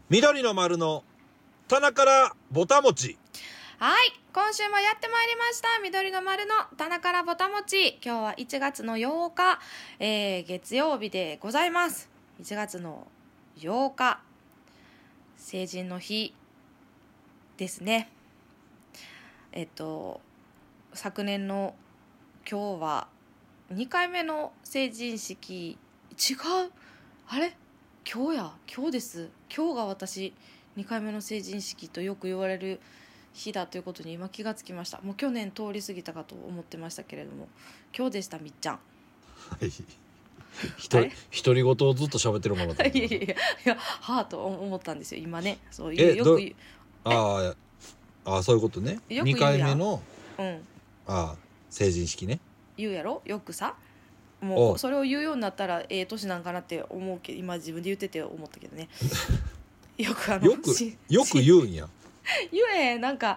緑の丸の棚からぼたもち。 はい、今週もやってまいりました。緑の丸の棚からぼたもち。今日は1月の8日、月曜日でございます。1月の8日、成人の日ですね。昨年の今日は2回目の成人式。違う、あれ今日です。今日が私2回目の成人式とよく言われる日だということに今気がつきました。もう去年通り過ぎたかと思ってましたけれども、今日でした。みっちゃん、 はい独り言をずっと喋ってるものだいやはあと思ったんですよ今ね。そういうよく言うそういうことね。 よく言う 2回目のうん成人式ね。 言うやろよくさ。もうそれを言うようになったら年なんかなって思うけど、今自分で言ってて思ったけどね。よくよく言うんや。 言えなんか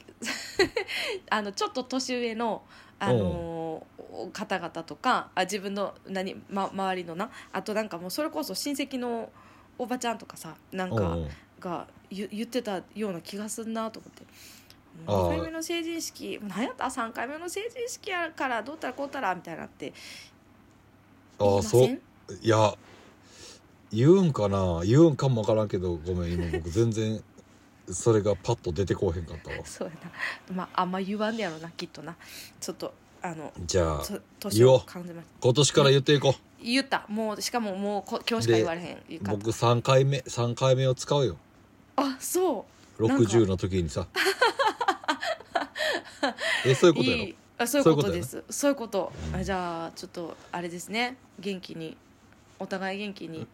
ちょっと年上の方々とか自分の周りのな、あとなんかもうそれこそ親戚のおばちゃんとかさ、なんかが言ってたような気がすんなと思って。2回目の成人式何やったら3回目の成人式やからどうたらこうたらみたいなって言いません？ いや言うんかもわからんけど、ごめん今僕全然それがパッと出てこうへんかったわ。 そうやな、あんま言わんねやろなきっとな。ちょっとじゃあ年を感じました。 今年から言っていこう。 言った。もうしかももう今日しか言われへん。 僕3回目を使うよ。 あ、そう 60の時にさそういうことやろ。 そういうことです。そういうこと、じゃあちょっとあれですね、元気にお互い元気に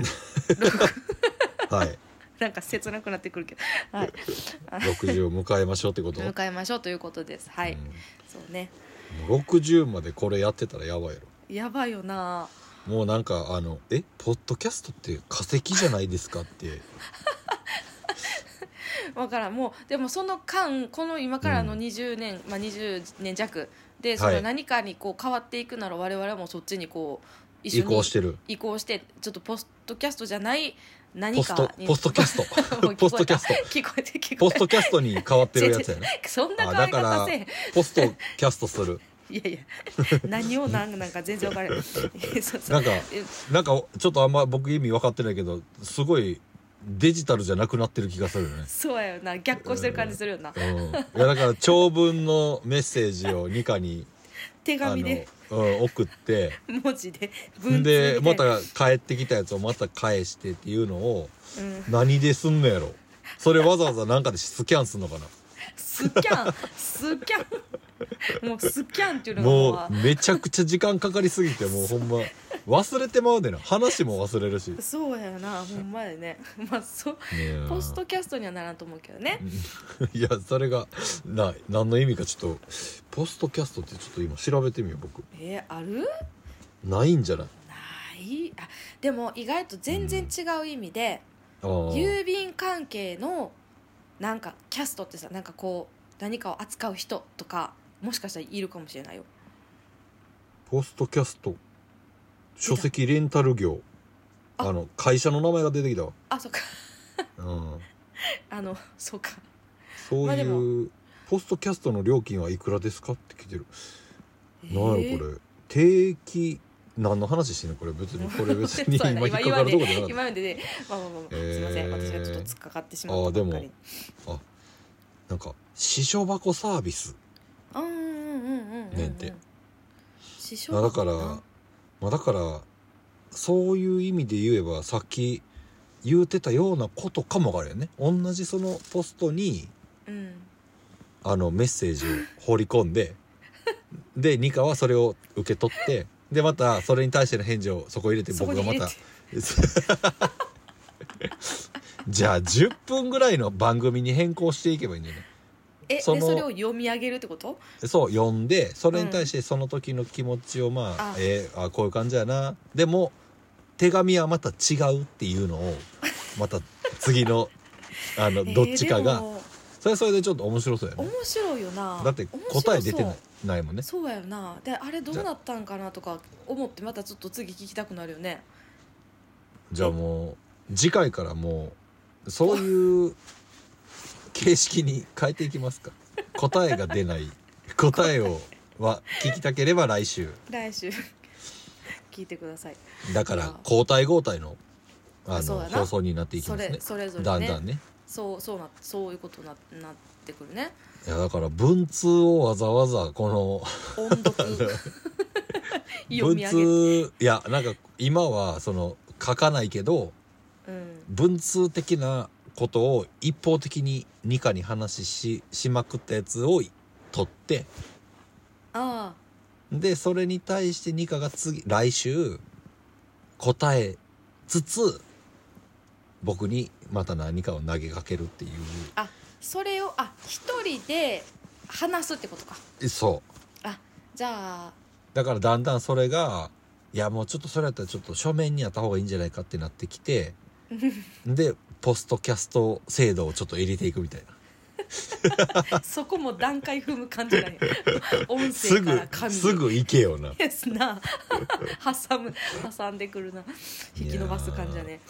はいなんか切なくなってくるけど、はい、 60を迎えましょうってこと。 迎えましょうということです。はい、そうね。 60までこれやってたらやばいやろ。 やばいよな。 もうなんかポッドキャストって化石じゃないですかってわからん。もうでもその間この今からの20年、20年弱でその何かにこう変わっていくなら我々もそっちにこう一緒に移行してちょっとポッドキャストじゃない何かにポストキャストポストキャスト聞こえてポストキャストに変わってるやつやね。 そんな変わり方せえへん。 ポストキャストするいや何をなんか全然分からないなんかちょっとあんま僕意味分かってないけど、すごいデジタルじゃなくなってる気がするよね。 そうやよな、逆行してる感じするよな。 いやだから長文のメッセージをニカに手紙で送って文字ででまた帰ってきたやつをまた返してっていうのを、何ですんのやろ。それわざわざなんかでスキャンすんのかな。 スキャンもうスキャンっていうのがもうめちゃくちゃ時間かかりすぎてもうほんま忘れてまうでな。話も忘れるし。 そうやな、ほんまやね。ポストキャストにはならんと思うけどね。 いやそれが何の意味かちょっとポストキャストってちょっと今調べてみよう僕。 ある？ ないんじゃない？ でも意外と全然違う意味で、郵便関係のなんかキャストってさ、なんかこう何かを扱う人とかもしかしたらいるかもしれないよ。 ポストキャスト書籍レンタル業、会社の名前が出てきたわ。 そっかそうか。 そういう、ポストキャストの料金はいくらですかって聞いてる。なんやろこれ。定期何の話してんのこれ。別に今引っかかるとこじゃなかった。 今までね、すいません、私がちょっと突っかかってしまったばっかり。 なんか私書箱サービスねんて。だからそういう意味で言えばさっき言うてたようなことかもわかるよね。同じそのポストに、メッセージを放り込んででニカはそれを受け取ってでまたそれに対しての返事をそこ入れて僕がまたじゃあ10分ぐらいの番組に変更していけばいいんじゃない？ それを読み上げるってこと？ そう読んでそれに対してその時の気持ちをこういう感じやな。でも手紙はまた違うっていうのをまた次のどっちかがそれでちょっと面白そうやね。 面白いよな。 だって答え出てないもんね。 そうやよな。であれどうなったんかなとか思ってまたちょっと次聞きたくなるよね。 じゃあもう次回からもうそういう形式に変えていきますか。答えが出ない答えをは聞きたければ来週聞いてください。 だから交代交代の放送になっていきますね。 それぞれね、 だんだんね。 そういうことになってくるね。 いやだから文通をわざわざこの音読読み上げて、 文通いやなんか今はその書かないけど、文通的なことを一方的にニカに話しまくったやつを取って、でそれに対してニカが来週答えつつ僕にまた何かを投げかけるっていう。 それを一人で話すってことか。 そう。 じゃあだからだんだんそれがいやもうちょっとそれやったらちょっと書面にやった方がいいんじゃないかってなってきてでポストキャスト制度をちょっと入れていくみたいなそこも段階踏む感じない音声から紙すぐ行けよなですな挟んでくるな、引き伸ばす感じだね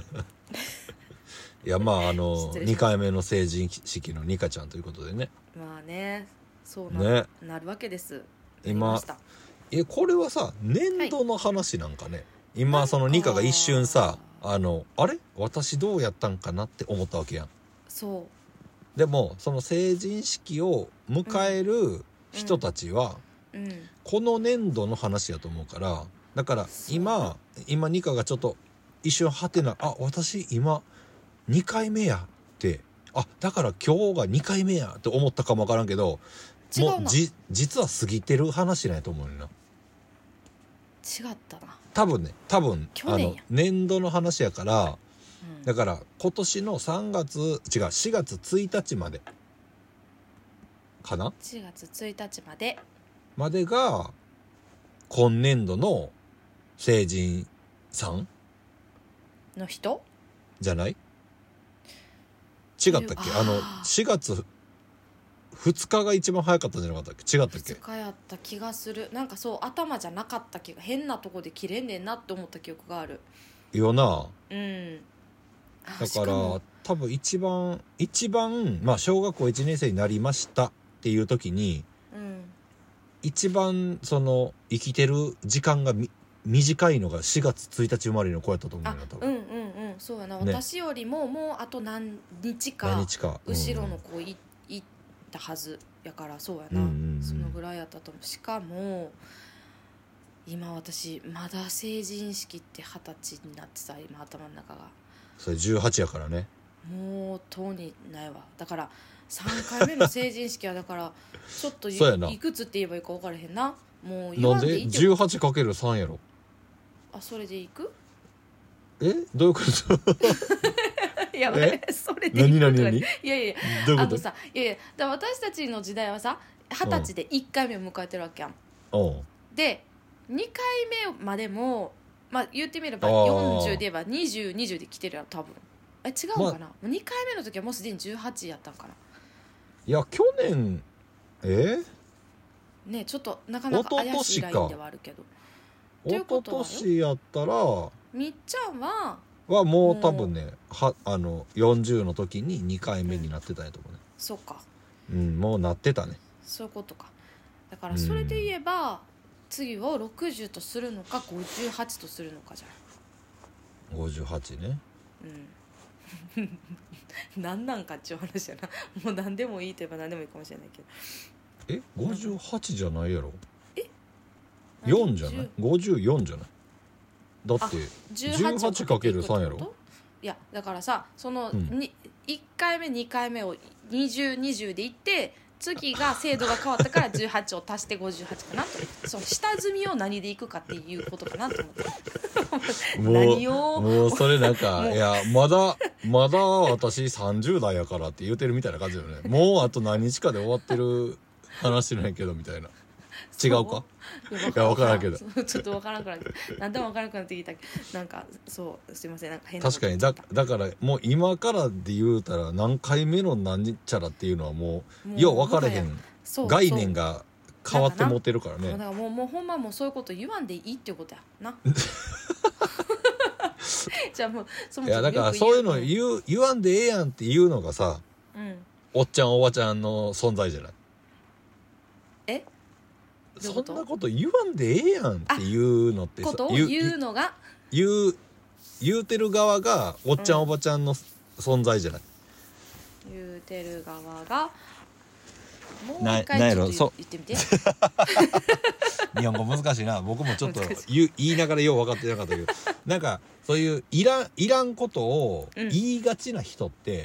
いやまあ2回目の成人式のニカちゃんということでね。 まあね、そうなるわけです。 今これはさ年度の話なんかね、今そのニカが一瞬さあれ私どうやったんかなって思ったわけやん。 そうでもその成人式を迎える人たちは、この年度の話やと思うから、だから今ニカがちょっと一瞬はてな私今2回目やってだから今日が2回目やって思ったかもわからんけど、もう実は過ぎてる話なんやと思うよな。 違ったな多分年度の話やから、だから今年の4月1日までかな。 4月1日までが今年度の成人さんの人じゃない？違ったっけ？4月2日が一番早かったんじゃなかったっけ？違ったっけ？ 2日やった気がする。なんかそう頭じゃなかった気が、変なとこで切れんねんなって思った記憶があるよな。だから多分一番まあ小学校1年生になりましたっていう時に、一番その生きてる時間が短いのが4月1日生まれの子やったと思うよな多分。 そうやな、ね、私よりももうあと何日か後ろの子行ったはずやから、そうやな、そのぐらいやったと思う。しかも今私まだ成人式って20歳になってさ、今頭の中がそれ18やからね。 もうとうにないわ。だから3回目の成人式はだからちょっといくつって言えばいいか分からへんな。もう言わんでいいってこと。 なんで 18×3 やろ。 それでいく？ どういうこといやそれでいく何いやどういうこと？ さだ私たちの時代はさ20歳で1回目を迎えてるわけやん。で2回目までもまあ言ってみれば40で言えば20で来てるやろ多分。違うかな、2回目の時はもうすでに18やったんかな。 いや去年ね、ちょっとなかなか怪しいラインではあるけど。 一昨年やったらみっちゃんはもう多分ね40の時に2回目になってたんやと思うね。 そうか、 もうなってたね。 そういうことか。だからそれで言えば、次を60とするのか58とするのかじゃん。 58ね。 何なんかっちゅう話やな。もう何でもいいといえば何でもいいかもしれないけど。 58じゃないやろ。4じゃない？ 54 じゃない？だって 18×3 やろ。 いやだからさ、その、1回目2回目を20でいって、次が制度が変わったから18を足して58かなと。その下積みを何でいくかっていうことかなと思ってもうそれなんかいやまだ私30代やからって言うてるみたいな感じだよね。もうあと何日かで終わってる話なんやけどみたいな。違うか？いや分からんけど、 ちょっと分からんくなって何でも分からんくなってきた。なんかそうすいません、なんか変な確かにだからもう今からで言うたら何回目の何ちゃらっていうのはもうよう分からへん概念が変わって持ってるからね。 だからもうほんまもうそういうこと言わんでいいっていうことやな。 じゃあもうそもそもいやだからそういうの言わんでええやんっていうのがさ、 うん、 おっちゃんおばちゃんの存在じゃない。 えそんなこと言わんでええやんっていうのってさ、 ことを言うのが言うてる側がおっちゃんおばちゃんの存在じゃない。 言うてる側がもう一なん回やろちょっと言ってみて。 日本語難しいな。僕もちょっと言いながらよう分かってなかったけどなんかそういういらんことを言いがちな人って、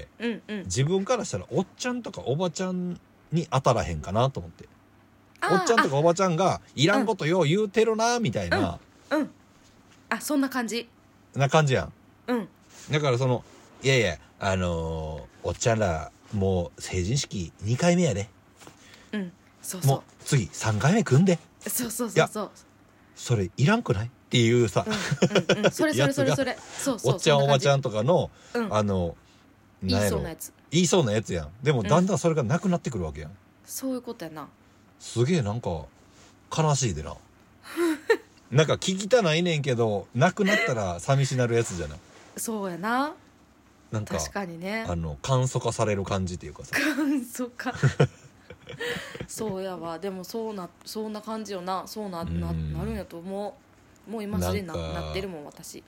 うんうん、 自分からしたらおっちゃんとかおばちゃんに当たらへんかなと思って、おっちゃんとかおばちゃんがいらんことよう言うてるなみたいな、 うん、あ、そんな感じな感じやん。 うん、 だからそのいやいやおっちゃんらもう成人式2回目やで、 うん、そうそう、 もう次3回目組んで、 そうそうそうそう、 それいらんくないっていうさ、 うんうんうん、それそうそうそう、 おっちゃんおばちゃんとかの、 うん、 なん言いやろそうなやつ、 言いそうなやつやん。でもだんだんそれがなくなってくるわけやん、 そういうことやな。 すげえなんか悲しいでななんか聞きたないねんけどなくなったら寂しなるやつじゃない。 そうやな、 なんか確かにね、 簡素化される感じっていうかさそうかそうやわ。でもそんな感じよな。そうなるんやと思う。もう今すでに なってるもん私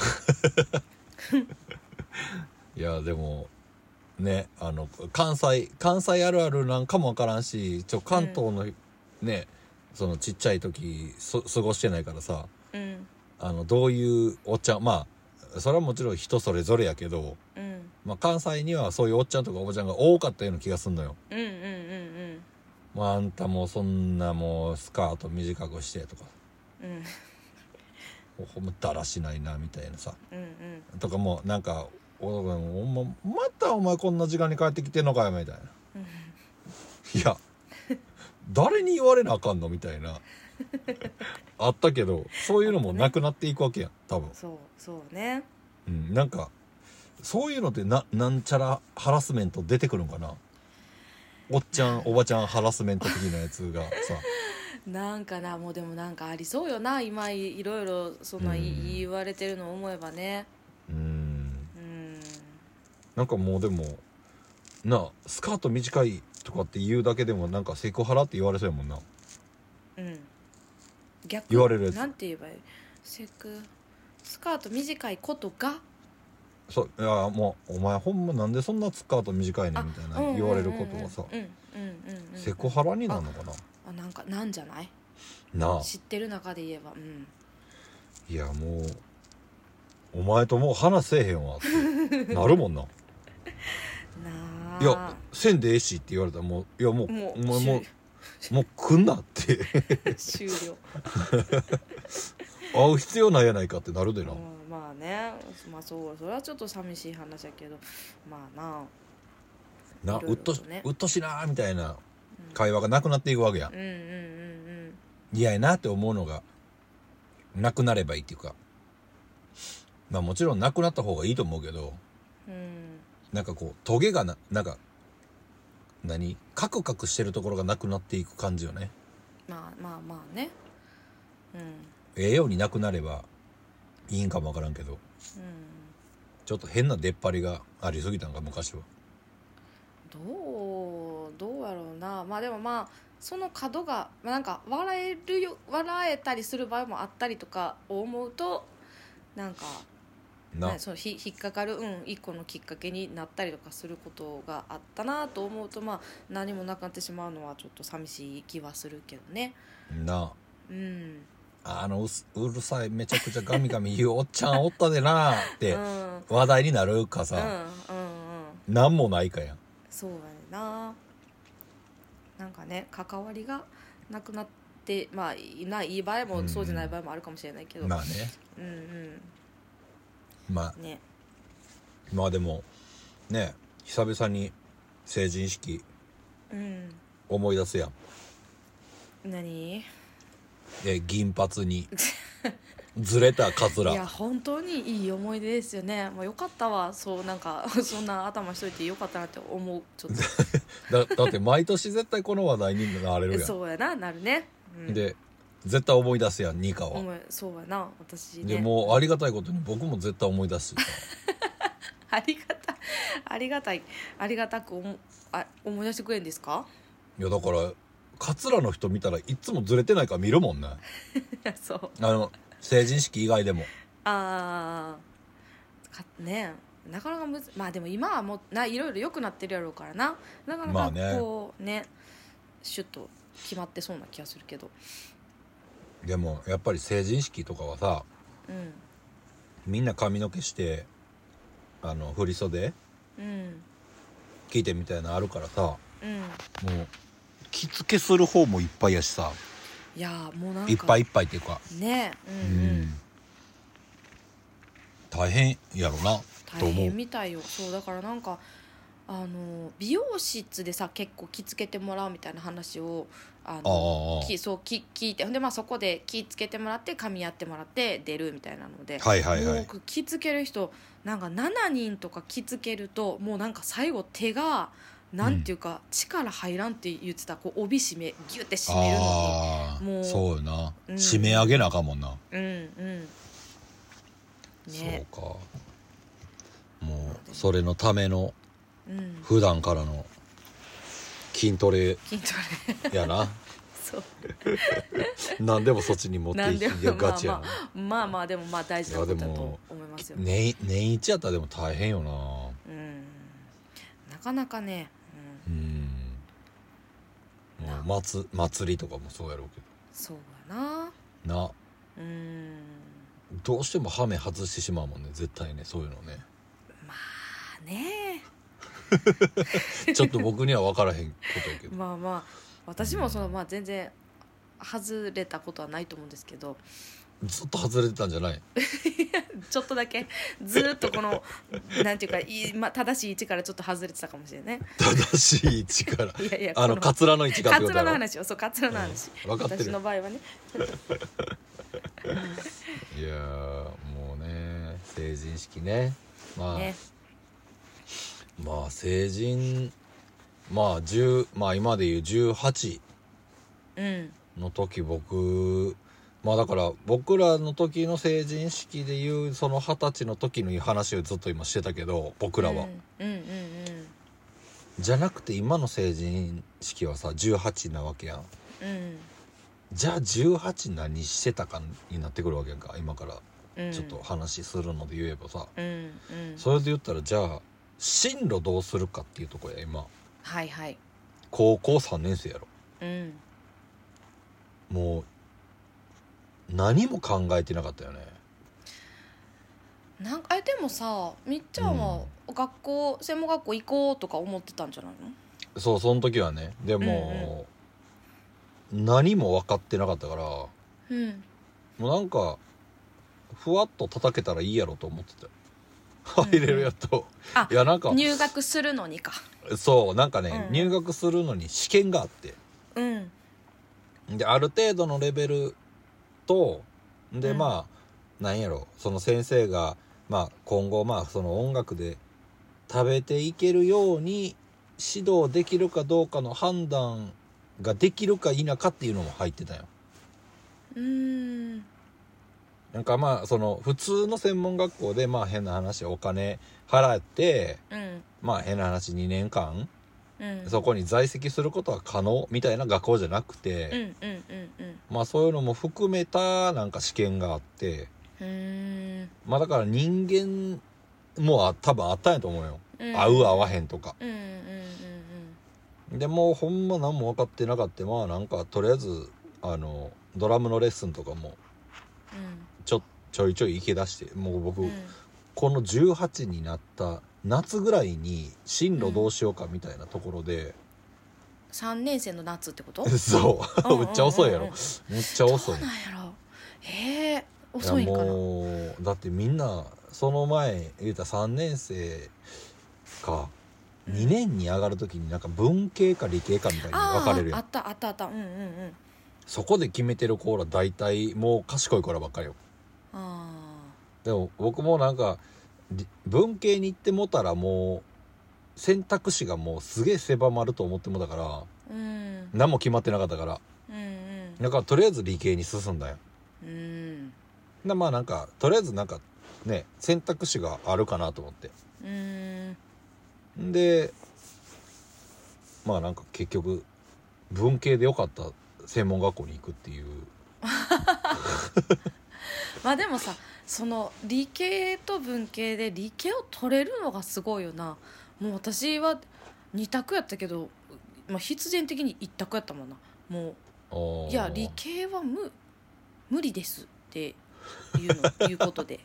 いやでもね関西あるあるなんかもわからんし関東のね、そのちっちゃい時過ごしてないからさ、 うん、 どういうおっちゃん、まあそれはもちろん人それぞれやけど、 うん、 まあ、関西にはそういうおっちゃんとかおばちゃんが多かったような気がすんのよ。 うんうんうんうん、 まあ、あんたもうそんなもうスカート短くしてとか、 うん、 ほんまだらしないなみたいなさ、 うんうん、 とかもなんかまたお前こんな時間に帰ってきてんのかよみたいな、 うん、 いや誰に言われなあかんのみたいなあったけど、そういうのもなくなっていくわけやん多分。 そうね、 うん、なんかそういうのってなんちゃらハラスメント出てくるんかな。おっちゃんおばちゃんハラスメント的なやつがさなんかな、もうでもなんかありそうよな、今いろいろそんな言われてるのを思えばね。 なんかもうでもスカート短いとかって言うだけでもなんかセクハラって言われそうやもんな。 うん、逆言われるやつなんて言えばいい、スカート短いことが、 そういやもうお前ほんまなんでそんなスカート短いねんみたいな言われることはさ、セクハラになるのかな。 なんかなんじゃないなあ、 知ってる中で言えば、 いやもうお前ともう話せえへんわってなるもんなないやせんでええしって言われたらもういやもうもうお前もう来んなって終了会う必要ないやないかってなるでな、 まあね、まあそれはちょっと寂しい話やけど、まあなうっとしいなみたいな会話がなくなっていくわけやん。嫌やなって思うのがなくなればいいっていうか、まあもちろんなくなった方がいいと思うけど、なんかこうトゲがなんかカクカクしてるところがなくなっていく感じよね。 まあね、 ええようになくなればいいんかもわからんけど、ちょっと変な出っ張りがありすぎたんか昔は。 どうやろうな。まあでもまあその角がなんか笑えたりする場合もあったりとか思うと、なんかその引っかかる一個のきっかけになったりとかすることがあったなと思うと、まあ何もなくなってしまうのはちょっと寂しい気はするけどね。 うるさいめちゃくちゃガミガミ言うおっちゃんおったでなって話題になるかさ、なんもないかやん。 そうやねな。なんかね、関わりがなくなって、まあいい場合もそうじゃない場合もあるかもしれないけど、 まあね、まあね、まあでもね、久々に成人式思い出すやん。 何？ 銀髪にずれたカツラ。 いや本当にいい思い出ですよね。もうよかったわ。なんかそんな頭しといてよかったなって思う。ちょっとだって毎年絶対この話題になれるやん。 そうやな、なるね、 で絶対思い出すやんニカは。 そうやな私ね。 でもありがたいことに僕も絶対思い出すしさありがたく思い出してくれるんですか？ いやだからカツラの人見たらいつもずれてないから見るもんねそう成人式以外でもねなかなかまあでも今はもういろいろ良くなってるやろうからなかなかこうねシュッと決まってそうな気がするけど。 でもやっぱり成人式とかはさ、みんな髪の毛して振り袖、着てみたいなのあるからさ、もう着付けする方もいっぱいやしさ、 いやもうなんかいっぱいいっぱいっていうかね大変やろなと思う。 大変みたいよ。そうだからなんか美容室でさ結構着付けてもらうみたいな話を聞いて、でそこで着付けてもらって髪やってもらって出るみたいなので、もう着付ける人なんか7人とか着付けるともうなんか最後手がなんていうか、力入らんって言ってたこう帯締めギュって締めるのにもうそうよな、締め上げなあかんもんな。 ね、 そうかもうそれのための普段からの筋トレやなそう何でもそっちに持っていきがちやな。 まあでも大事なことだと思いますよ。 年一やったらでも大変よな。 なかなかね。 もう祭りとかもそうやろうけど。 そうやな。 どうしてもハメ外してしまうもんね絶対ねそういうのね。 まあねちょっと僕には分からへんことやけどまあ私も全然外れたことはないと思うんですけど。 ずっと外れてたんじゃないちょっとだけずっとこのなんていうか正しい位置からちょっと外れてたかもしれないね。 正しい位置からいやカツラの位置がカツラの話をカツラの話、 分かってる。 私の場合はねいやもうね成人式ねまあ成人今でいう18の時僕だから僕らの時の成人式でいうその20歳の時の話をずっと今してたけど僕らは、じゃなくて今の成人式はさ18なわけやん、じゃあ18何してたかになってくるわけやんか今からちょっと話するので言えばさ、それで言ったらじゃあ進路どうするかっていうとこや今。高校3年生やろ、もう何も考えてなかったよね。 でもさみっちゃんは専門学校行こうとか思ってたんじゃないの？ その時はね。でも、何も分かってなかったから、もうなんかふわっと叩けたらいいやろと思ってた。入れるやと、いやなんか入学するのにか。 そうなんかね、入学するのに試験があって、である程度のレベルとでなんやろその先生が今後その音楽で食べていけるように指導できるかどうかの判断ができるか否かっていうのも入ってたよ。なんかその普通の専門学校で変な話お金払って、変な話2年間、そこに在籍することは可能みたいな学校じゃなくて、そういうのも含めたなんか試験があって、だから人間も多分あったんやと思うよ、合う合わへんとか、でもほんま何も分かってなかったなんかとりあえずドラムのレッスンとかもちょいちょい行き出して、もう僕、この18になった夏ぐらいに進路どうしようかみたいなところで、 3年生の夏ってこと？ そうめっちゃ遅いやろ、めっちゃ遅い。 どうなんやろ遅いんかな。 もうだってみんなその前言うたら3年生か2年に上がる時になんか文系か理系かみたいに分かれるやん。 あったそこで決めてる子ら大体もう賢い子らばっかりよ。でも僕もなんか文系に行ってもたらもう選択肢がもうすげえ狭まると思ってもだから、何も決まってなかったから、 だからとりあえず理系に進んだよ。まあなんかとりあえずなんかね選択肢があるかなと思って。でまあなんか結局文系でよかった専門学校に行くっていうまあでもさ、その理系と文系で理系を取れるのがすごいよな。もう私は2択やったけど、まあ、必然的に1択やったもんな。もういや理系は無理ですっていうことで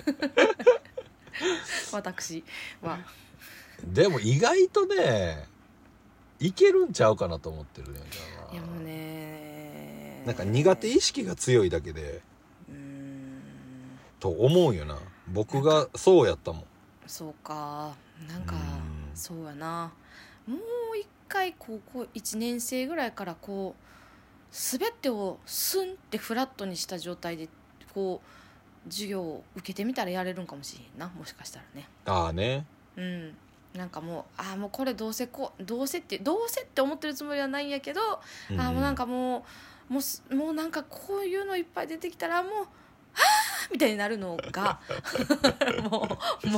私はでも意外とねいけるんちゃうかなと思ってるね。 いやもうねなんか苦手意識が強いだけでと思うよな。僕がそうやったもん。 そうか、なんかそうやな。もう一回高校1年生ぐらいからこう全てをスンってフラットにした状態でこう授業を受けてみたらやれるんかもしれんな、もしかしたらね。 ああね。 なんかもうもうこれどうせって思ってるつもりはないんやけど、もうなんかもうなんかこういうのいっぱい出てきたらもうみたいになるのがも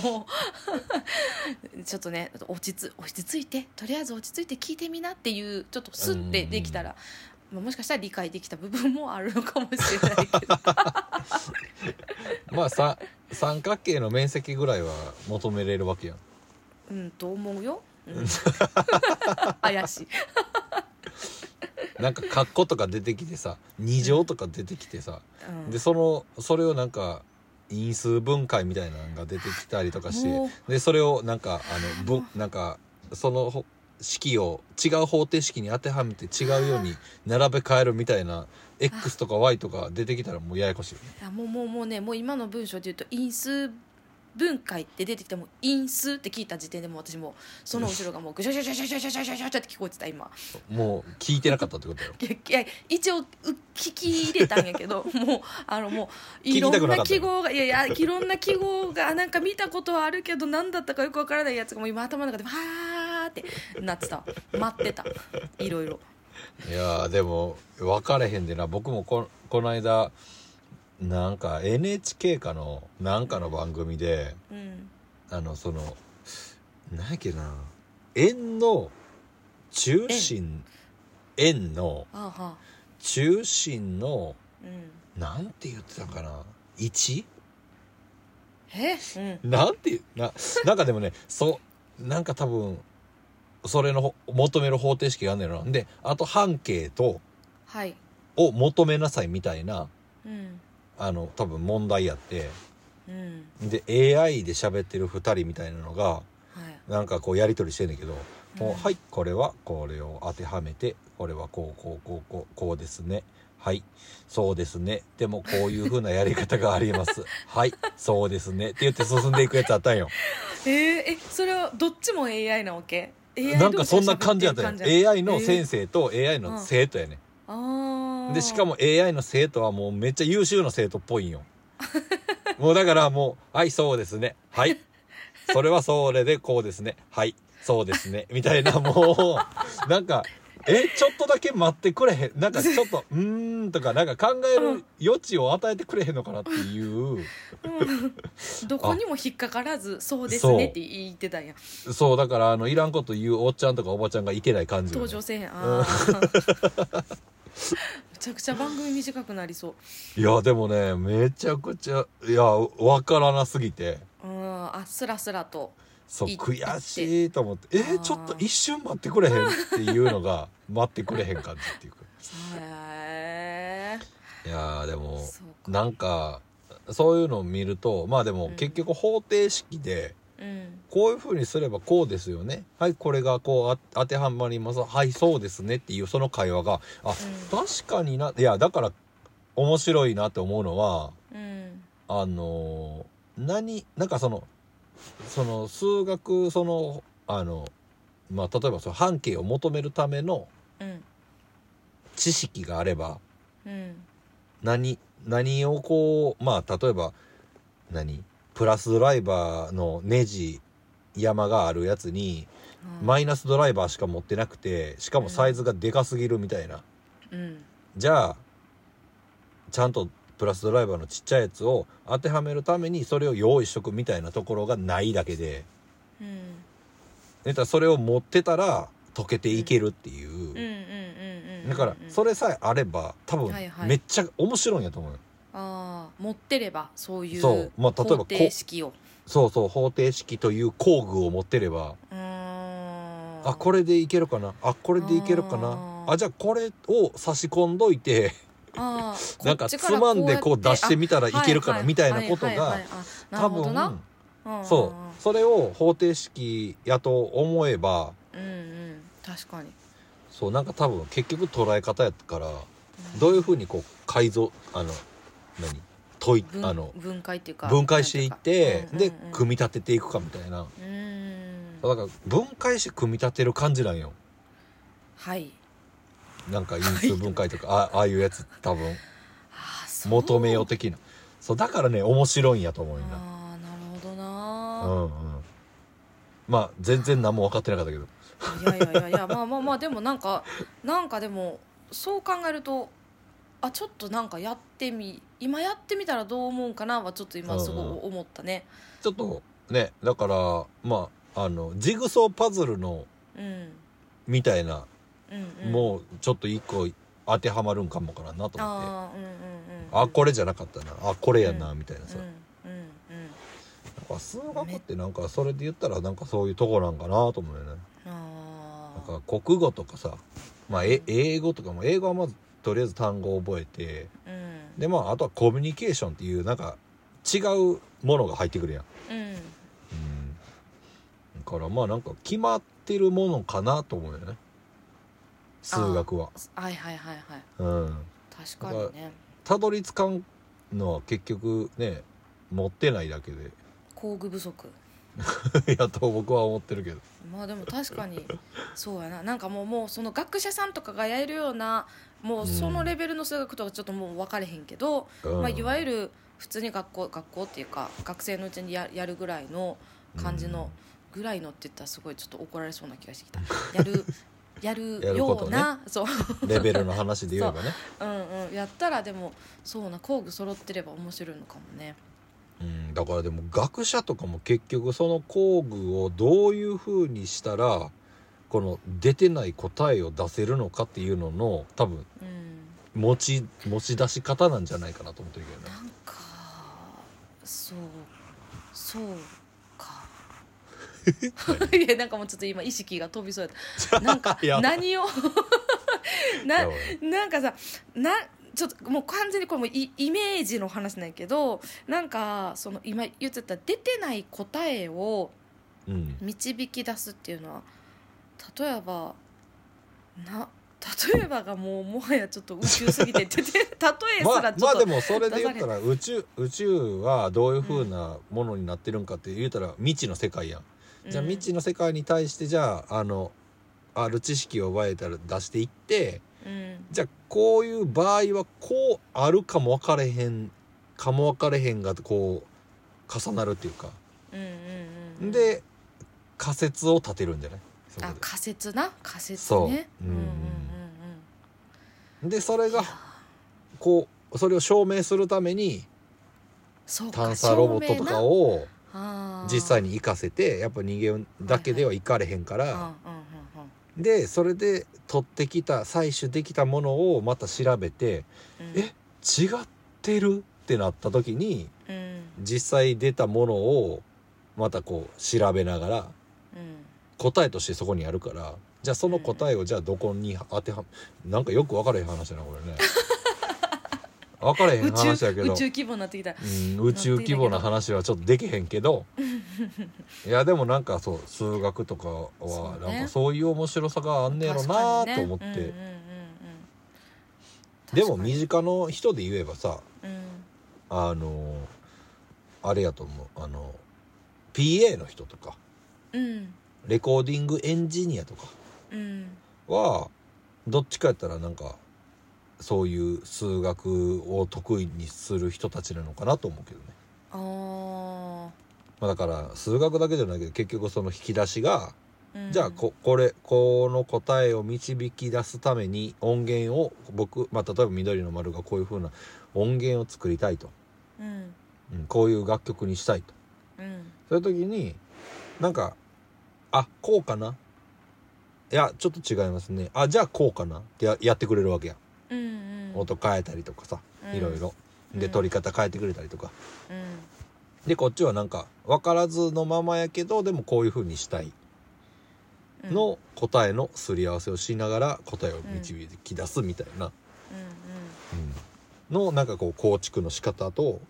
うちょっとね落ち着いてとりあえず落ち着いて聞いてみなっていうちょっとスッてできたら、もしかしたら理解できた部分もあるのかもしれないけどまあ三角形の面積ぐらいは求めれるわけやん。 と思うよ、怪しいなんかカッコとか出てきてさ、2乗とか出てきてさ、でそれをなんか因数分解みたいなのが出てきたりとかして、でそれをなんかなんかその式を違う方程式に当てはめて違うように並べ替えるみたいな X とか Y とか出てきたらもうややこしいよね。 もうね、もう今の文章で言うと因数分解って出てきても因数って聞いた時点でも私もその後ろがもうグシャシャシャシャシャシャシャシャシャって聞こえてた今。 もう聞いてなかったってことやろ。 いや一応聞き入れたんやけどもういろんな記号がいろんな記号がなんか見たことはあるけど何だったかよくわからないやつがもう今頭の中でわーってなってた。待ってた、いろいろ。 いやでも分かれへんでな。僕もこの間なんか NHK かのなんかの番組で、その何やっけな、円の中心円の中心のなんて言ってたかな、位置なんてなんかでもねなんか多分それの求める方程式があんねんな。であと半径とを求めなさいみたいな、多分問題やって、で AI で喋ってる2人みたいなのが、なんかこうやり取りしてんだけど、もうはいこれはこれを当てはめてこれはこうですね、はいそうですね、でもこういう風なやり方がありますはいそうですねって言って進んでいくやつあったんよ。 それはどっちも AI なわけ？ AI なんかそんな感じやったよ。AI の先生と AI の生徒やね。でしかも AI の生徒はもうめっちゃ優秀な生徒っぽいんよもうだからもうはいそうですね、はいそれはそれでこうですね、はいそうですねみたいな、もうなんかちょっとだけ待ってくれへん、なんかちょっととかなんか考える余地を与えてくれへんのかなっていうどこにも引っかからずそうですねって言ってたんや。 そうだからいらんこと言うおっちゃんとかおばちゃんがいけない感じ、ね、 登場せえへん。めちゃくちゃ番組短くなりそう。 いやでもねめちゃくちゃわからなすぎて、 スラスラとそう悔しいと思って、ちょっと一瞬待ってくれへんっていうのが待ってくれへん感じっていうかいやでもなんかそういうのを見ると、まあでも結局方程式で、こういう風にすればこうですよね、はいこれがこう当てはまります、はいそうですねっていうその会話が確かにな、いやだから面白いなって思うのは、なんかその数学まあ例えばその半径を求めるための知識があれば、何をこうまあ例えばプラスドライバーのネジ山があるやつに、マイナスドライバーしか持ってなくてしかもサイズがでかすぎるみたいなじゃあちゃんとプラスドライバーのちっちゃいやつを当てはめるためにそれを用意しとくみたいなところがないだけで、それを持ってたら溶けていけるっていう、だからそれさえあれば多分めっちゃ面白いんやと思うよ。 持ってればそういう例えば方程式をそう方程式という工具を持ってれば、これでいけるかな、これでいけるかな、じゃあこれを差し込んどいてなんかつまんでこう出してみたらいけるかなみたいなことが多分それを方程式やと思えば、 確かにそうなんか多分結局捉え方やから、どういうふうにこう改造分解っていうか分解していって、で組み立てていくかみたいな、だから分解して組み立てる感じなんよ。なんか因数分解とかああいうやつ多分求めよう的な、そうだからね面白いんやと思うよな。 なるほどな。 まあ全然何も分かってなかったけどいやまあでもなんかでもそう考えるとちょっとなんか今やってみたらどう思うんかなはちょっと今すごい思ったね。 ちょっとねだからジグソーパズルの、みたいな、もうちょっと一個当てはまるんかもかなと思って、これじゃなかったな、これやな、みたいなさ、なんか数学ってなんかそれで言ったらなんかそういうとこなんかなと思うよね。なんか国語とかさ、英語とかも、英語はまずとりあえず単語を覚えて、であとはコミュニケーションっていうなんか違うものが入ってくるやん。だからなんか決まってるものかなと思うよね、数学は。 確かにね。 たどり着かんのは結局ね持ってないだけで工具不足やと僕は思ってるけど、 でも確かにそうやな。なんかもうその学者さんとかがやるようなもうそのレベルの数学とかちょっともう分かれへんけど、いわゆる普通に学校っていうか学生のうちにやるぐらいの感じの、ぐらいのって言ったらすごいちょっと怒られそうな気がしてきた。やるような、ね、そうレベルの話で言えばねやったらでもそうな工具揃ってれば面白いのかもね。 だからでも学者とかも結局その工具をどういう風にしたらこの出てない答えを出せるのかっていうのの多分、持ち出し方なんじゃないかなと思ってるけどね。 なんかそうかいやなんかもうちょっと今意識が飛びそうやったなんか何をなんかさちょっともう完全にこれもイメージの話なんやけど、なんかその今言ってた出てない答えを導き出すっていうのは、例えばがもはやちょっと宇宙すぎて例えすらちょっとでもそれで言ったら宇宙はどういう風なものになってるんかって言うたら未知の世界やん。じゃあ未知の世界に対してじゃあある知識を奪えたら出していって、じゃあこういう場合はこうあるかも分かれへんがこう重なるっていうか、で仮説を立てるんじゃない？ 仮説ね。 でそれがこうそれを証明するために探査ロボットとかを実際に活かせて、やっぱ人間だけではいかれへんから、でそれで取ってきた採取できたものをまた調べて、違ってるってなった時に、実際出たものをまたこう調べながら、答えとしてそこにあるから、じゃあその答えをじゃあどこに当てはなんかよく分からへん話だなこれね分からへん話だけど宇宙規模になってきた、 宇宙規模な話はちょっとできへんけどいやでもなんかそう数学とかはなんかそういう面白さがあんねやろなと思って、でも身近の人で言えばさ、あれやと思う、PA の人とか、レコーディングエンジニアとかはどっちかやったらなんかそういう数学を得意にする人たちなのかなと思うけどね。だから数学だけじゃないけど結局その引き出しがじゃあこの答えを導き出すために音源を僕、例えば緑の丸がこういう風な音源を作りたいと、こういう楽曲にしたいと、そういう時になんかこうかな、いやちょっと違いますね、じゃあこうかなってやってくれるわけや、音変えたりとかさ、いろいろで取り方変えてくれたりとか、でこっちはなんか分からずのままやけどでもこういう風にしたいの答えのすり合わせをしながら答えを導き出すみたいなのなんかこう構築の仕方と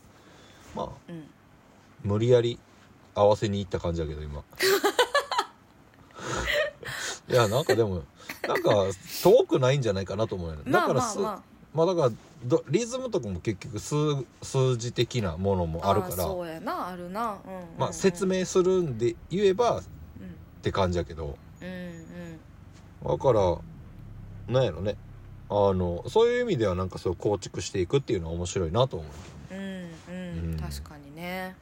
無理やり合わせにいった感じだけど今いやなんかでもなんか遠くないんじゃないかなと思うよね。だからだからリズムとかも結局数字的なものもあるからそうやな、あるな、 説明するんで言えばって感じやけど、だからなんやろね、そういう意味ではなんかそう構築していくっていうのは面白いなと思う。 確かにね。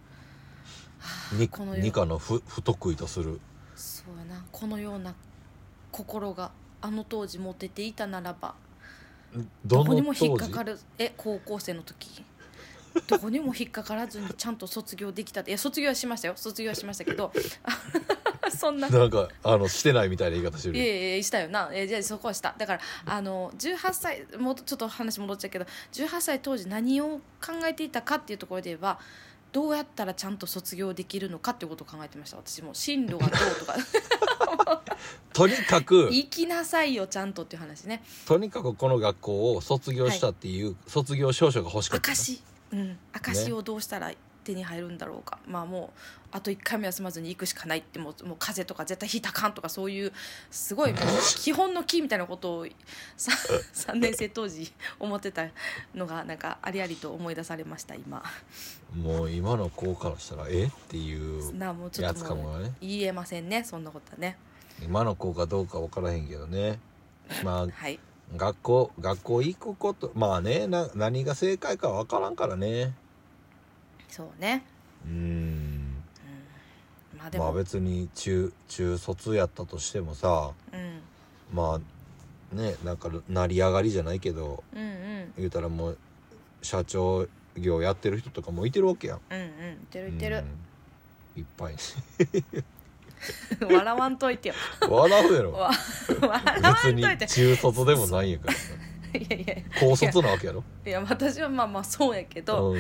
二課の不得意とする、 そうやな、このような心があの当時持てていたならばどこにも引っかかる高校生の時どこにも引っかからずにちゃんと卒業できたって。卒業はしましたよ、卒業はしましたけどそんななんかしてないみたいな言い方してる。 いやしたよな。じゃあそこはした。だから18歳もうちょっと話戻っちゃうけど、18歳当時何を考えていたかっていうところで言えば、どうやったらちゃんと卒業できるのかっていうことを考えてました。私も進路がどうとかとにかく行きなさいよちゃんとっていう話ね。 とにかくこの学校を卒業したっていう卒業証書が欲しかった、 証をどうしたら手に入るんだろうか、もうあと1回も休まずに行くしかないって、もう風邪とか絶対ひいたらあかんとか、そういうすごいもう基本の木みたいなことを3年生当時思ってたのがなんかありありと思い出されました今。 もう今の子からしたらっていうやつかもね。 言えませんね、そんなことはね。 今の子かどうか分からへんけどね。はい、学校行くこと何が正解か分からんからね。 そうね。 でも別に中卒やったとしてもさ、なんか成り上がりじゃないけど、言うたらもう社長業やってる人とかもいてるわけやん。 いてる、 いっぱい笑わんといてよ。 笑うやろ笑わんといて。 別に中卒でもないんやからさいや高卒なわけやろ。 いや私はそうやけど、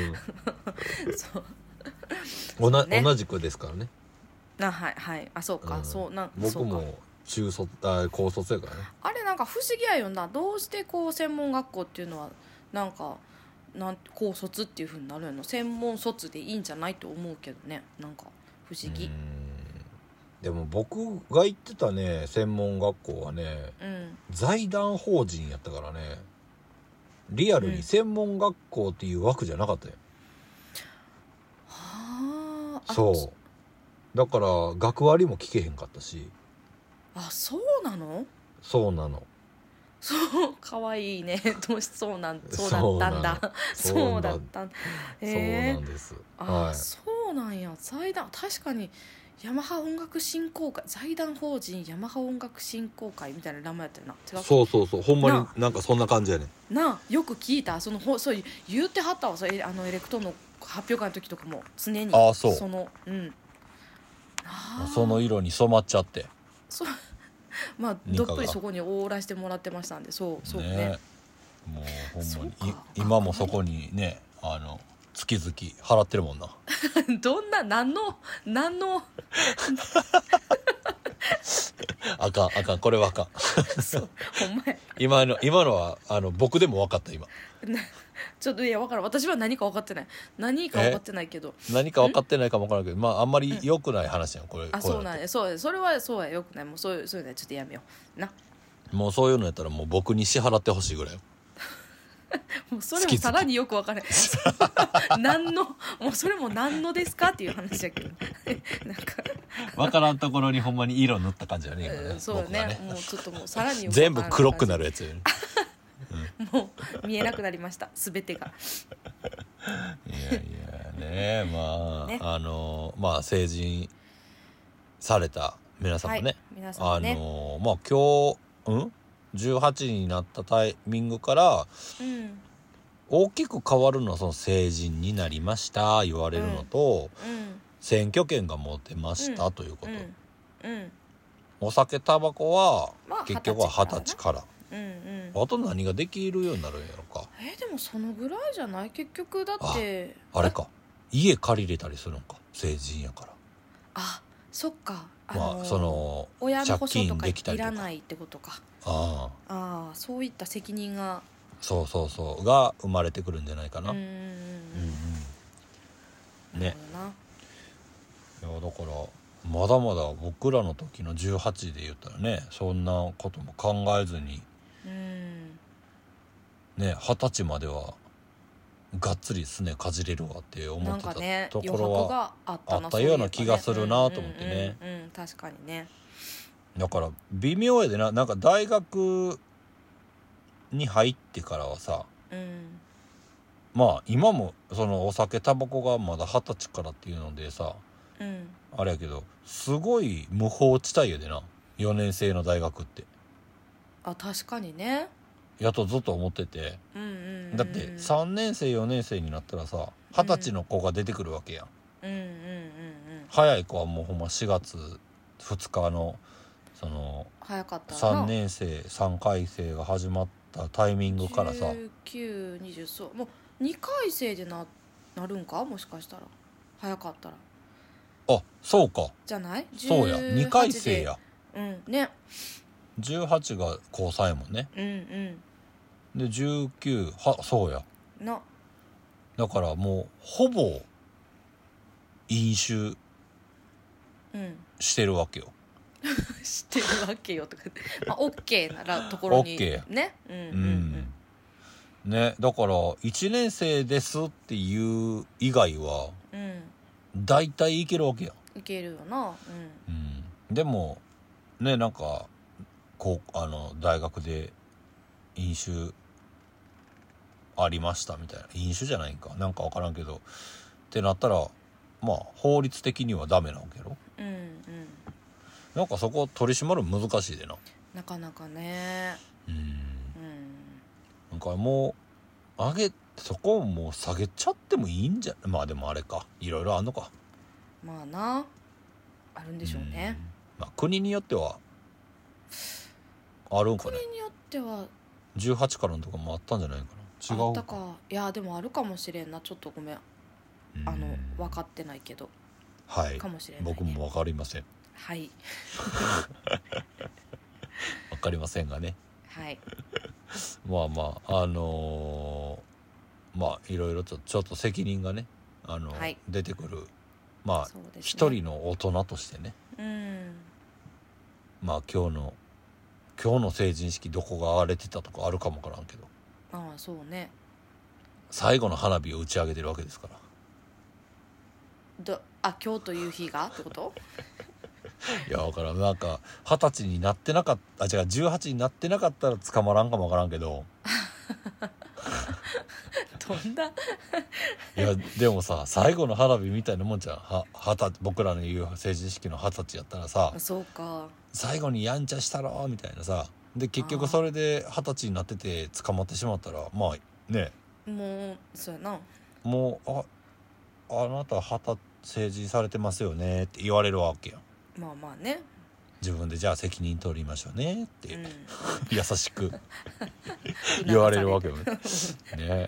そう同じくですからね。 はいそうか、 僕も高卒やからね。 あれなんか不思議やよな、どうしてこう専門学校っていうのはなんか高卒っていう風になるの。専門卒でいいんじゃないと思うけどね、なんか不思議。 でも僕が行ってたね専門学校はね、財団法人やったからね、リアルに専門学校っていう枠じゃなかったよ。そうだから学割も聞けへんかったし。 そうなの。 そうなの。 そうかわいいね。どうしそうだったんだ。そうだったんだ。 そうなんです。 そうなんや。財団、確かにヤマハ音楽振興会、財団法人ヤマハ音楽振興会みたいな名前やったよな。違う。 そうほんまになんかそんな感じやねな。よく聞いた。そう言ってはったわ。エレクトーンの発表会の時とかも常にその色に染まっちゃって、 どっぷりそこにおらしてもらってましたんで、そうね。 もうほんまに今もそこにね月々払ってるもんな。 どんな何のあかんこれはあかん。 そうほんまや。 今のは僕でも分かった今。 ちょっと分からん、私は何か分かってないけど、 何か分かってないかも分からんけど、あんまり良くない話やんこれ。 そうなんや。それはそうや、よくない。もうそういうのはちょっとやめような。 もうそういうのやったらもう僕に支払ってほしいぐらい。 もうそれもさらによく分からん。もうそれも何のですかっていう話やけどなんか分からんところにほんまに色塗った感じやね。 そうね。もうちょっともうさらによく全部黒くなるやつよね。 もう見えなくなりました全てが。 成人された皆さんもね、 皆さんもね、 まあ今日18になったタイミングから、大きく変わるのはその成人になりました言われるのと、選挙権が持てましたということ、お酒タバコは結局は20歳から、あと何ができるようになるんやろか。 でもそのぐらいじゃない結局。だってあれか、家借りれたりするのか、成人やから。 あ、そっか、 その親の保証とか借金できたりとかいらないってことか。そういった責任がが生まれてくるんじゃないかな。ね。いやだからまだまだ僕らの時の18で言ったらね、そんなことも考えずに、ね、20歳まではがっつりすねかじれるわって思ってたところはあったような気がするなと思ってね。 確かにね。 だから微妙やでな。なんか大学に入ってからはさ、まあ今もそのお酒タバコがまだ20歳からっていうのでさ、あれやけどすごい無法地帯やでな、4年生の大学って。 確かにね。 やとずっと思ってて、だって3年生4年生になったらさ、20歳の子が出てくるわけやん。早い子はもうほんま4月2日のその早かった 3年生3回生が始まったタイミングからさ、 19、20、そうもう2回生でなるんか、もしかしたら早かったら。 そうか、 じゃない？ そうや、2回生や。 ね。 18が高3やもんね。で19そうやな。 だからもうほぼ飲酒してるわけよ。 してるわけよとかオッケーならところにね。 ね、だから1年生ですっていう以外はだいたいいけるわけやん。 いけるよな。 でもね、なんか大学で飲酒ありましたみたいな、飲酒じゃないんかなんか分からんけどってなったら、まあ法律的にはダメなわけやろ。なんかそこ取り締まる難しいでな、 なかなかね。 なんかもうそこをもう下げちゃってもいいんじゃ。まあでもあれか、いろいろあんのか。 まあな、あるんでしょうね。 まあ国によってはあるんかね。 国によっては 18からのとかもあったんじゃないかな。違うか。 あったか。いやでもあるかもしれんな。ちょっとごめん、分かってないけど。 はい、 かもしれない、ね、 僕も分かりません。 はい分かりませんがね。 はいまあまあまあいろいろとちょっと責任がね出てくる。まあ一人の大人としてね、まあ今日の成人式どこが荒れてたとかあるかもわからんけど、 そうね、 最後の花火を打ち上げてるわけですから。 今日という日がってこといやだからなんか20歳になってなかった18になってなかったら捕まらんかもわからんけどどんないやでもさ、最後の花火みたいなもんじゃん。僕らの言う成人式の20歳やったらさ、 そうか、 最後にやんちゃしたろみたいなさ、で結局それで20歳になってて捕まってしまったら、まあね、 もうそうやな、 もうあなた成人されてますよねって言われるわけやん。 まあまあね、 自分でじゃあ責任取りましょうねって、優しく言われるわけよね。ね。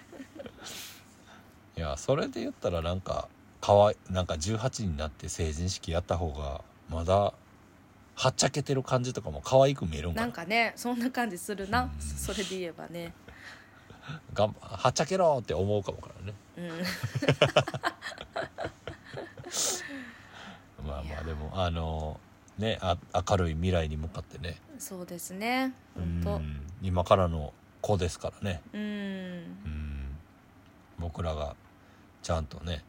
いやそれで言ったらなんか18になって成人式やった方がまだはっちゃけてる感じとかも可愛く見えるんかな。 なんかね、そんな感じするな、それで言えばね。 はっちゃけろって思うかもからね。まあまあでもね、明るい未来に向かってね。 そうですね、本当今からの子ですからね。僕らがちゃんとね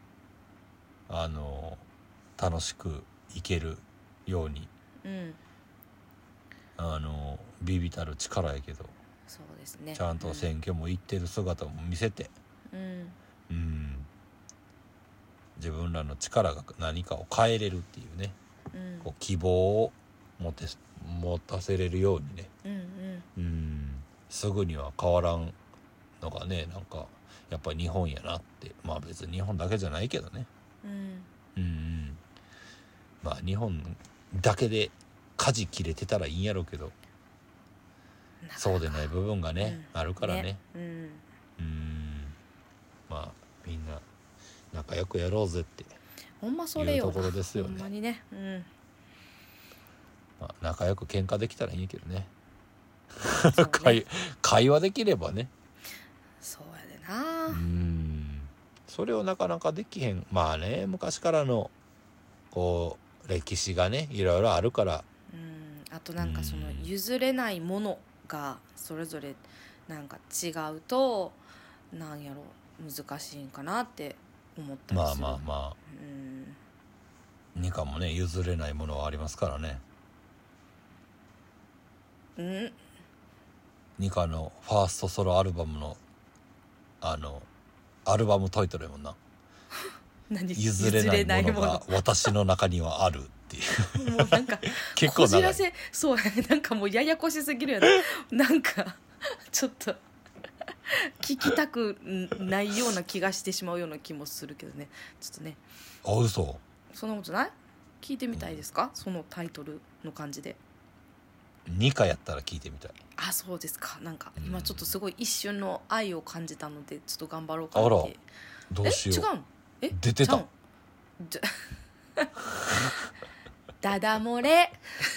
楽しく生けるように、ビビたる力やけど、 そうですね、 ちゃんと選挙も行ってる姿も見せて、自分らの力が何かを変えれるっていうね、 こう希望を持たせれるようにね、すぐには変わらんのがね、なんかやっぱり日本やなって。まあ別に日本だけじゃないけどね、まあ日本だけで舵切れてたらいいんやろうけど、そうでない部分がね、あるからね。まあみんな仲良くやろうぜってほんまそれよいうところですよね。 ほんまにね、 まあ、仲良く喧嘩できたらいいけどね。 ね会話できればね。 そうやでな。 それをなかなかできへん。まあね、昔からのこう歴史がねいろいろあるから。 あとなんかその譲れないものがそれぞれなんか違うとなんやろ難しいんかなって思ったりする。 まあ、ニカもね譲れないものはありますからね。ニカのファーストソロアルバムのアルバムタイトルやもんな。譲れないものが私の中にはあるっていうもうなんか結構こじらせそうなんかもうややこしすぎるよね。なんかちょっと聞きたくないような気がしてしまうような気もするけどね。ちょっとね。 嘘。 そんなことない？聞いてみたいですか？そのタイトルの感じで。 ニカやったら聞いてみたい。 あ、そうですか。なんか今ちょっとすごい一瞬の愛を感じたのでちょっと頑張ろうかなって。 あら、どうしよう。 違うん？ 出てた。 ダダ漏れ。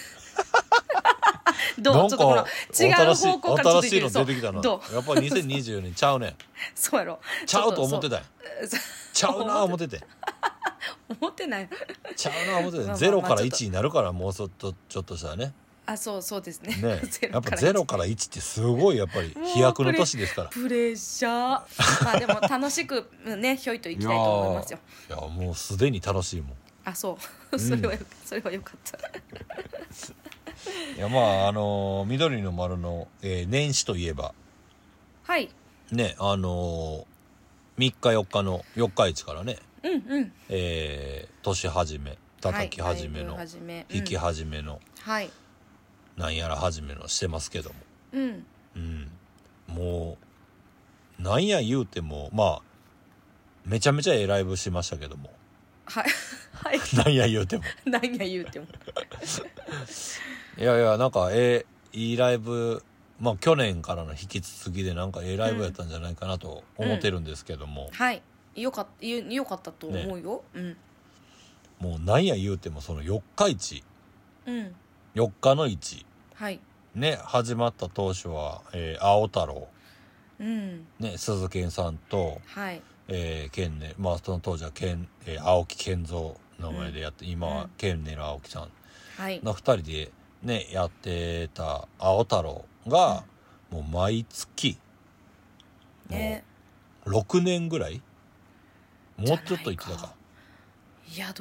どう？ちょっとこの違う方向から新しいの出てきたな。やっぱり2024年ちゃうねん。 そうやろ。 ちゃうと思ってたよ。ちゃうな思ってて。 思ってない。 ちゃうな思ってて。0から1になるからもうちょっとしたらね。 あ、そうですね。 やっぱ0から1ってすごいやっぱり飛躍の年ですから。 プレッシャー。まあでも楽しくねひょいと行きたいと思いますよ。 いやもうすでに楽しいもん。 あ、そうそれはよかった。 いやまあ緑の丸の、年始といえばはいね3日4日の四日市からね、年始め叩き始めの、弾き始めの、なんやら始めのしてますけども、もうなんや言うてもまあめちゃめちゃライブしましたけども、なんや言うてもいやなんかいいライブ、まあ去年からの引き続きでなんかライブやったんじゃないかなと思ってるんですけども、 よかったと思うよ、 もうなんや言うてもその四日市、4日の市、ね始まった当初は、青太郎、鈴賢さんと、ケンネル、まあその当時は青木健三の名前でやって、今はケンネル青木さんの2人でねやってた青太郎が、もう毎月もう6年ぐらい、もうちょっと言ってたか。 いや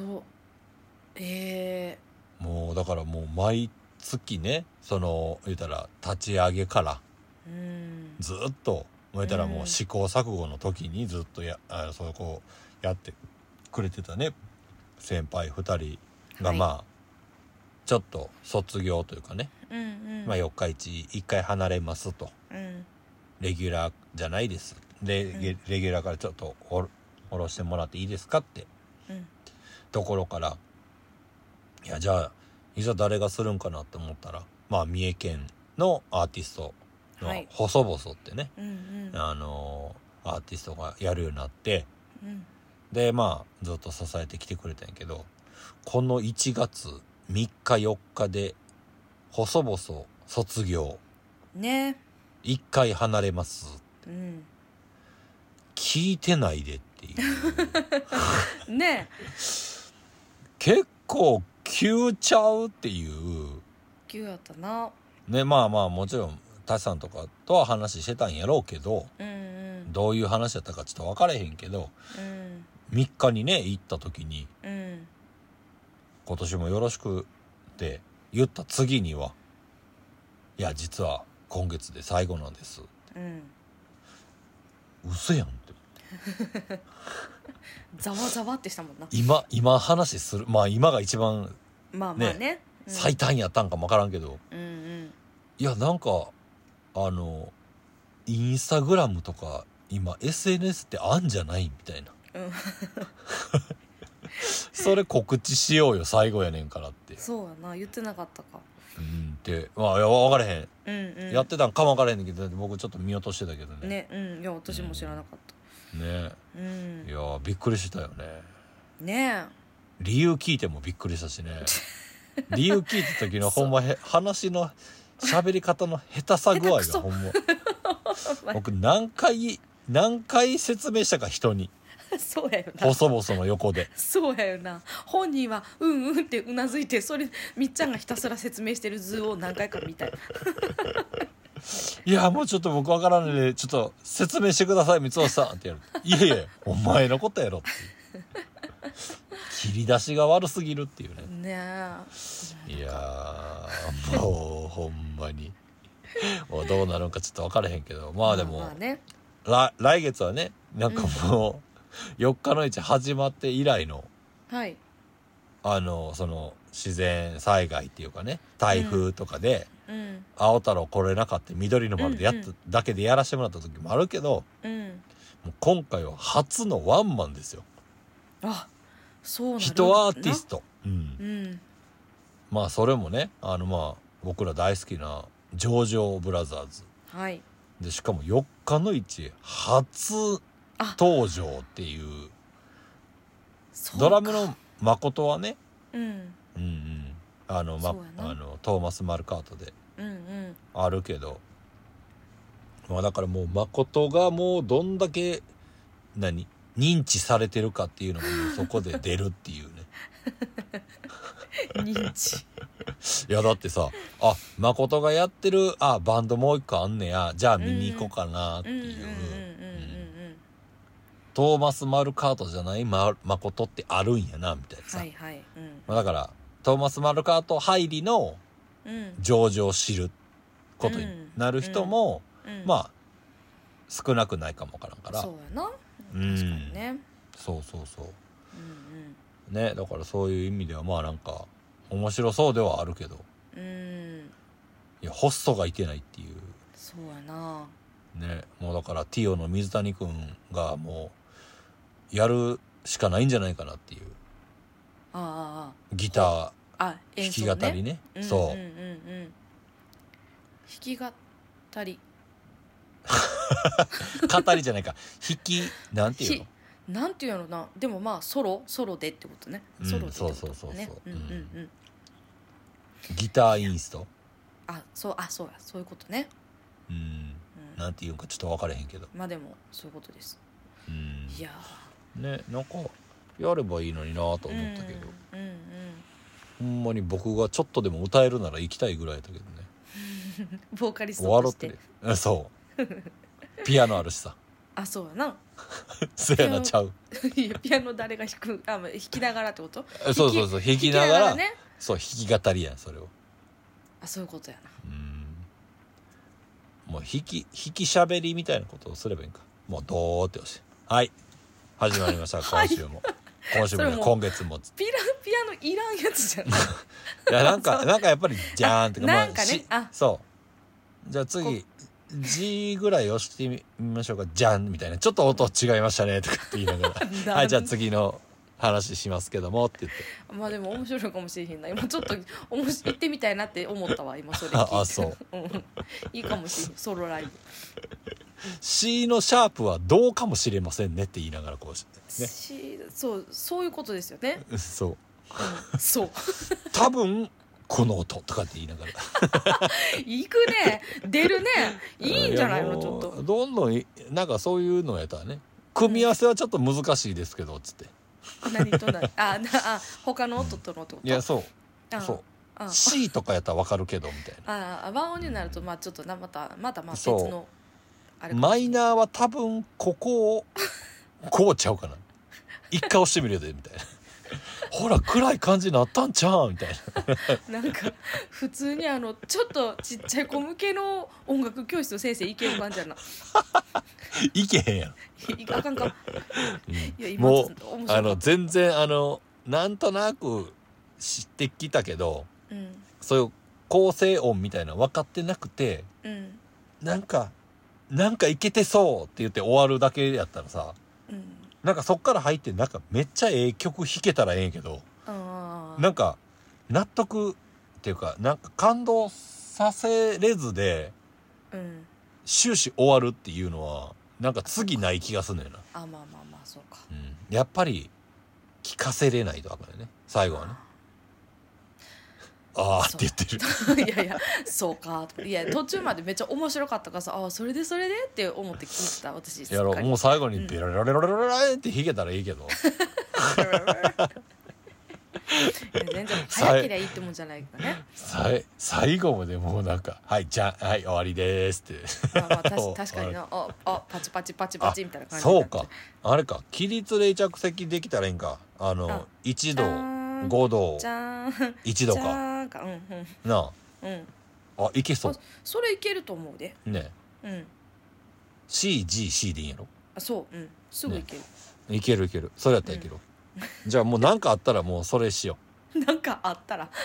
もうだからもう毎月ねその言ったら立ち上げからずっと言ったらもう試行錯誤の時にずっとそこやってくれてたね先輩2人が、まあちょっと卒業というかね、まあ四日市1回離れますと、レギュラーじゃないですで、レギュラーからちょっと下ろしてもらっていいですかって、ところから、いやじゃあいざ誰がするんかなって思ったら、まあ三重県のアーティストの細々ってね、アーティストがやるようになって、でまあずっと支えてきてくれたんやけど、この1月3日4日で細々卒業ね、 1回離れます、聞いてないでっていうね結構急ちゃうっていう急やったなね。まあもちろんタシさんとかとは話してたんやろうけど、どういう話だったかちょっと分からへんけど、3日にね行った時に、今年もよろしくって言った次には、いや実は今月で最後なんです、嘘やんってざわざわってしたもんな。 今話する、まあ今が一番まあまあね、 最短やったんかもわからんけど、 うんうん、 いやなんかインスタグラムとか今 SNS ってあんじゃないみたいな、 うん、 それ告知しようよ最後やねんからって。 そうやな、言ってなかったか。 ってまあいや分かれへん、 うんうん、 やってたんかも分からへんねんけど、僕ちょっと見落としてたけどね。 ね、うん、いや私も知らなかった、 ね、 うん、 いやびっくりしたよね。 ねえ、 理由聞いてもびっくりしたしね理由聞いた時のほんま話の喋り方の下手さ具合がほんま僕何回説明したか人にそうやよな、 細々の横でそうやよな、本人はうんうんってうなずいて、それみっちゃんがひたすら説明してる図を何回か見たいいやもうちょっと僕わからないのでちょっと説明してください三橋さんってやるいやいやお前のことやろっていう切り出しが悪すぎるっていうね。 ねえ、いやもうほんまにもうどうなるんかちょっと分からへんけど、まあでも、 まあね、 来月はねなんかもう4日のうち始まって以来の、 はい、 その自然災害っていうかね、台風とかで、 うん、 青太郎来れなかった緑の丸でやっただけでやらせてもらった時もあるけど、 うん、 もう今回は初のワンマンですよ。 あ、そうなる人アーティスト、うん、 うん、 まあそれもねまあ僕ら大好きなジョージョブラザーズ、 はい、 でしかも4日の1初登場っていう。ドラムの誠はね、 うん、 うんうん、トーマス・マルカートであるけど、まあだからもう誠がもうどんだけ認知されてるかっていうのがもうそこで出るっていうね認知いやだってさ、誠がやってるバンドもう一個あんねや、じゃあ見に行こうかなっていう、トーマス・マルカートじゃない誠ってあるんやなみたいなさ、 はいはい、 だからトーマス・マルカート入りの上場を知ることになる人も、まあ少なくないかもわからんから。 そうやな、確かにね、 そうそうそう、ね、だからそういう意味ではまあなんか面白そうではあるけど、いやホストがいてないっていう。 そうやなね、もうだからティオの水谷くんがもうやるしかないんじゃないかなっていう。ギター弾き語りね、そう、弾き語り語りじゃないか、弾きなんていうのなんていうのな、でもまあソロでってことね、ソロでってことね、 そうギターインスト、 そうや、そういうことね、 なんていうんかちょっと分からへんけど、 まあでもそういうことです。いやね、なんかやればいいのになと思ったけど、ほんまに僕がちょっとでも歌えるなら行きたいぐらいだけどねボーカリストとしてそうピアノあるしさそうやなそうやなちゃういやピアノ誰が弾く弾きながらってこと？ そう弾きながら、ね、そう弾き語りやんそれを。 そういうことやな。 もう弾きしゃべりみたいなことをすればいいんか。もうどうって押してはい始まりました今週も今週も今月もピアノいらんやつじゃないいやなんかやっぱりジャーンってなんかね、 そうじゃあ次 G ぐらい押してみましょうか、じゃんみたいな、ちょっと音違いましたねとかって言いながらはいじゃあ次の話しますけどもって言って、 まあでも面白いかもしれへんな、今ちょっと行ってみたいなって思ったわ今それ聞いてそういいかもしれん、ソロライブ C のシャープはどうかもしれませんねって言いながらこうして、ね、 そういうことですよねそう、 そう多分この音とかって言いながら行くね、出るね、いいんじゃないの、ちょっとどんどんなんかそういうのやったらね、組み合わせはちょっと難しいですけどつって、 何と何他の音とのってこと、 いやそう C とかやったら分かるけどみたいな、 和音になるとまあちょっとまた別のあれマイナーは多分ここをこうちゃうかな一回押してみるでみたいなほら暗い感じになったんちゃうみたいななんか普通にちょっとちっちゃい子向けの音楽教室の先生いける感じやな。 いけへんやんあかんか、 いや今もう全然なんとなく知ってきたけど、 うん、 そういう構成音みたいなの分かってなくて、 うん、 なんかいけてそうって言って終わるだけやったらさ、 うん、 なんかそっから入ってなんかめっちゃええ曲弾けたらええんやけど、なんか納得っていうかなんか感動させれずで、 うん、 終始終わるっていうのはなんか次ない気がすんのよな。 あ、まあまあまあそうか、 うん、やっぱり聞かせれないとあかんよね、最後はね。あーって言ってるいやいやそうか、いや途中までめっちゃ面白かったからさ、あそれでって思って聞いてた私。 やろう、もう最後にベラララララララって弾けたらいいけど、 いや全然早けりゃいいってもんじゃないからね。 最後までもうなんかはいじゃあはい終わりですってまあまあ確かにな、パチパチパチパチみたいな感じそうか、あれか、起立冷着席できたらいいんか、1度5度じゃーん 1度かうんうんなあ、 うん、 あいけそう。 それいけると思うで。 ね、 うん、 CGC でいいんやろ。 あそう、うん、すぐいける、 ね、いけるそれやったらいける、じゃあもう何かあったらもうそれしようなんかあったら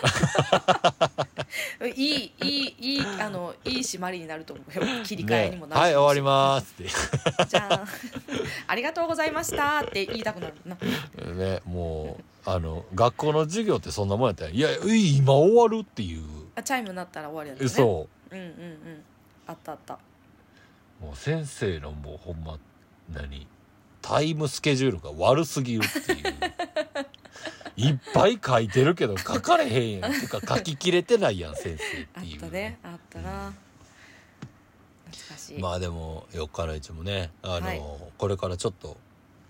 いい締まりになると思うよ。切り替えにもなるし、 はい終わりますってじゃあありがとうございましたって言いたくなるなね、もう学校の授業ってそんなもんやったら、いや今終わるっていう、 チャイムになったら終わりやったね。 そううんうんうん、あったあった。 もう先生のもうほんまタイムスケジュールが悪すぎるっていういっぱい書いてるけど書かれへんやんてか書ききれてないやん先生っていう。 あったね、あったな、懐かしい。 まあでも4日のうちもねこれからちょっと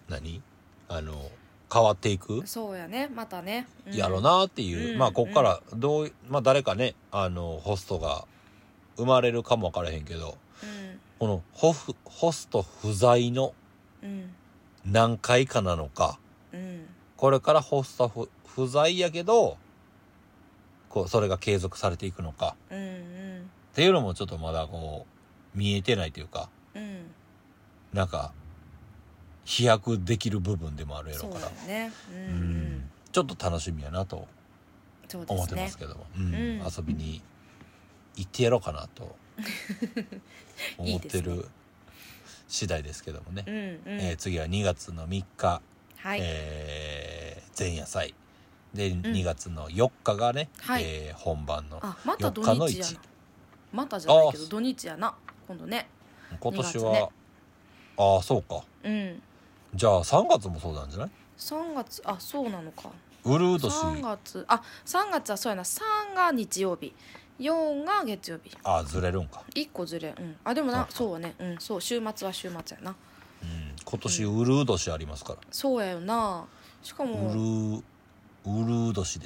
変わっていくそうやね、またね、 やろなっていう、まあこっから誰かねホストが生まれるかも分からへんけど、このホスト不在の何回かなのか、これからホスト不在やけどそれが継続されていくのか、っていうのもちょっとまだ見えてないというか、なんか飛躍できる部分でもあるやろから、 そうだよね、 ちょっと楽しみやなと思ってますけども、遊びに行ってやろうかなと思ってる次第ですけどもね。次は2月の3日、はい、前夜祭で、2月の4日がね、本番の4日の1、 またじゃないけど土日やな今度ね。 今年は、ああそうか、じゃあ3月もそうなんじゃない ？3月、そうなのか。 うるう年。 3月はそうやな、3が日曜日、4が月曜日。 ずれるんか。 1個ずれ、でもな、そうね、そう、週末は週末やな。 今年うるう年ありますから。 そうやよな。しかもうるう年です。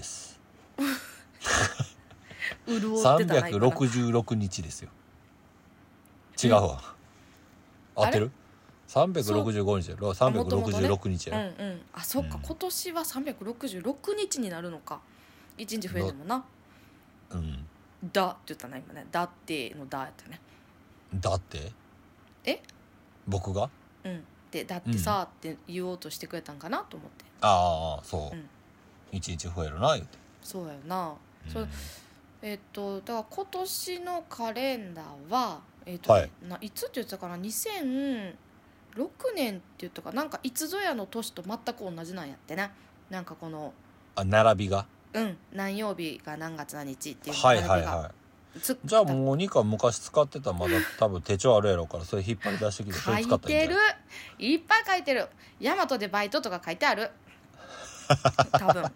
潤ってたな 366日ですよ。違うわ、合ってる？365日やろ。366日やろ。 そっか、今年は366日になるのか。1日増えるのもな。だって言ったな今ね。だってのだやったね。 だって僕がでだってさって言おうとしてくれたんかなと思って。 そう1日増えるな言うて。 そうやな。だから今年のカレンダーはいつって言ってたかな、2006年って言ったかなんかいつぞやの年と全く同じなんやってね。なんかこの並びが何曜日が何月何日っていう並びが、じゃあもうニカ昔使ってたまだ多分手帳あるやろうから、それ引っ張り出してきてそれ使ったらいいんじゃない？ 書いてる、いっぱい書いてる。ヤマトでバイトとか書いてある多分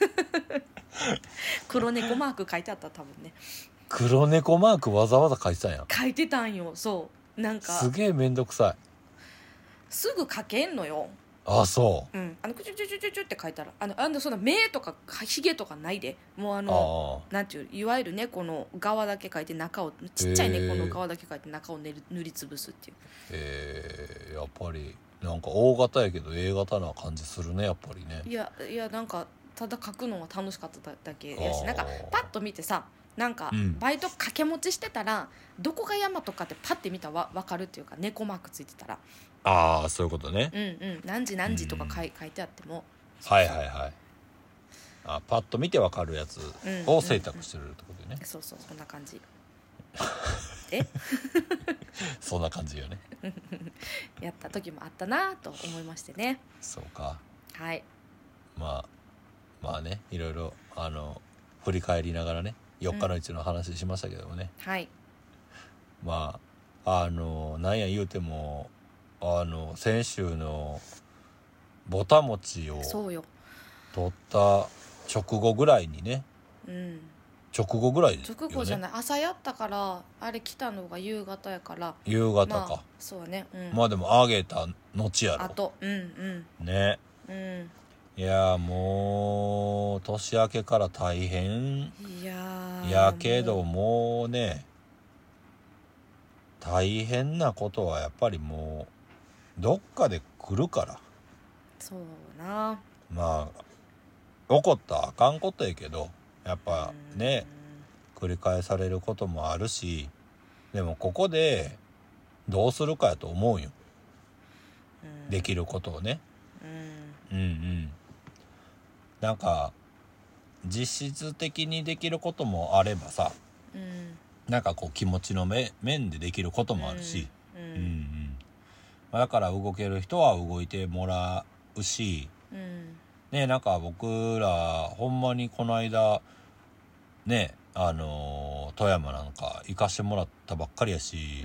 黒猫マーク書いてあった多分ね。 黒猫マークわざわざ書いてたんや。 書いてたんよ。そうなんかすげえめんどくさい。 すぐ書けんのよ。 そう。 クチュチュチュチュチュって書いたらそんな目とかひげとかないで、もうなんていう、いわゆる猫の側だけ書いて中を、ちっちゃい猫の側だけ書いて中を塗りつぶすっていう。 やっぱりなんか大型やけど A 型な感じするねやっぱりね。 いやなんかただ書くのが楽しかっただけやし、なんかパッと見てさ、なんかバイト掛け持ちしてたら、どこが山とかってパッて見たら分かるっていうか、猫マークついてたらそういうことね。 何時何時とか書いてあっても、 はいはいはい。 パッと見てわかるやつを選択してるってことよね、 そうそう、そんな感じえそんな感じよねやった時もあったなと思いましてね。 そうか。 はい。 まあね、いろいろ振り返りながらね4日のうちの話しましたけどもね、 はい。 まあなんや言うても先週のぼたもちをそうよ。 取った直後ぐらいにね、直後ぐらいよね。 直後じゃない、朝やったから、あれ来たのが夕方やから。 夕方か、 まあ、そうね、 まあでもあげた後やろ。 あとね。いやもう年明けから大変やけど、もうね大変なことはやっぱりもうどっかで来るから。 そうな。 まあ起こったらあかんことやけど、やっぱね繰り返されることもあるし、でもここでどうするかやと思うよ、できることをね。なんか実質的にできることもあればさ、なんかこう気持ちの面でできることもあるし、だから動ける人は動いてもらうし、ね、なんか僕らほんまにこの間ね富山なんか行かしてもらったばっかりやし、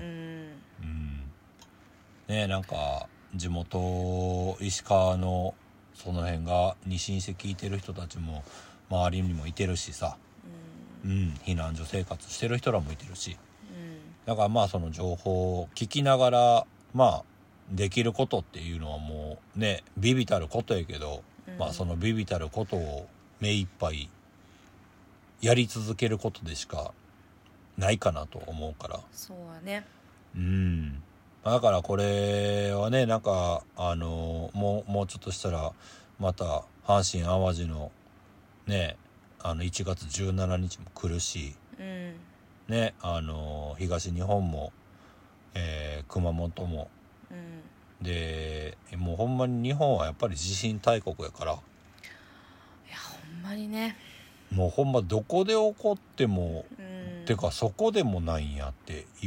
ね、なんか地元石川のその辺に親戚いてる人たちも周りにもいてるしさ、避難所生活してる人らもいてるし、だからまあその情報を聞きながらまあできることっていうのはもうね微々たることやけど、まあその微々たることを目いっぱいやり続けることでしかないかなと思うから。 そうはね。 だからこれはね、なんかもうちょっとしたらまた阪神淡路のね1月17日も来るし、ね東日本も、熊本も、でもうほんまに日本はやっぱり地震大国やから、いやほんまにね、 もうほんまどこで起こっても、てかそこでもないんやっていう、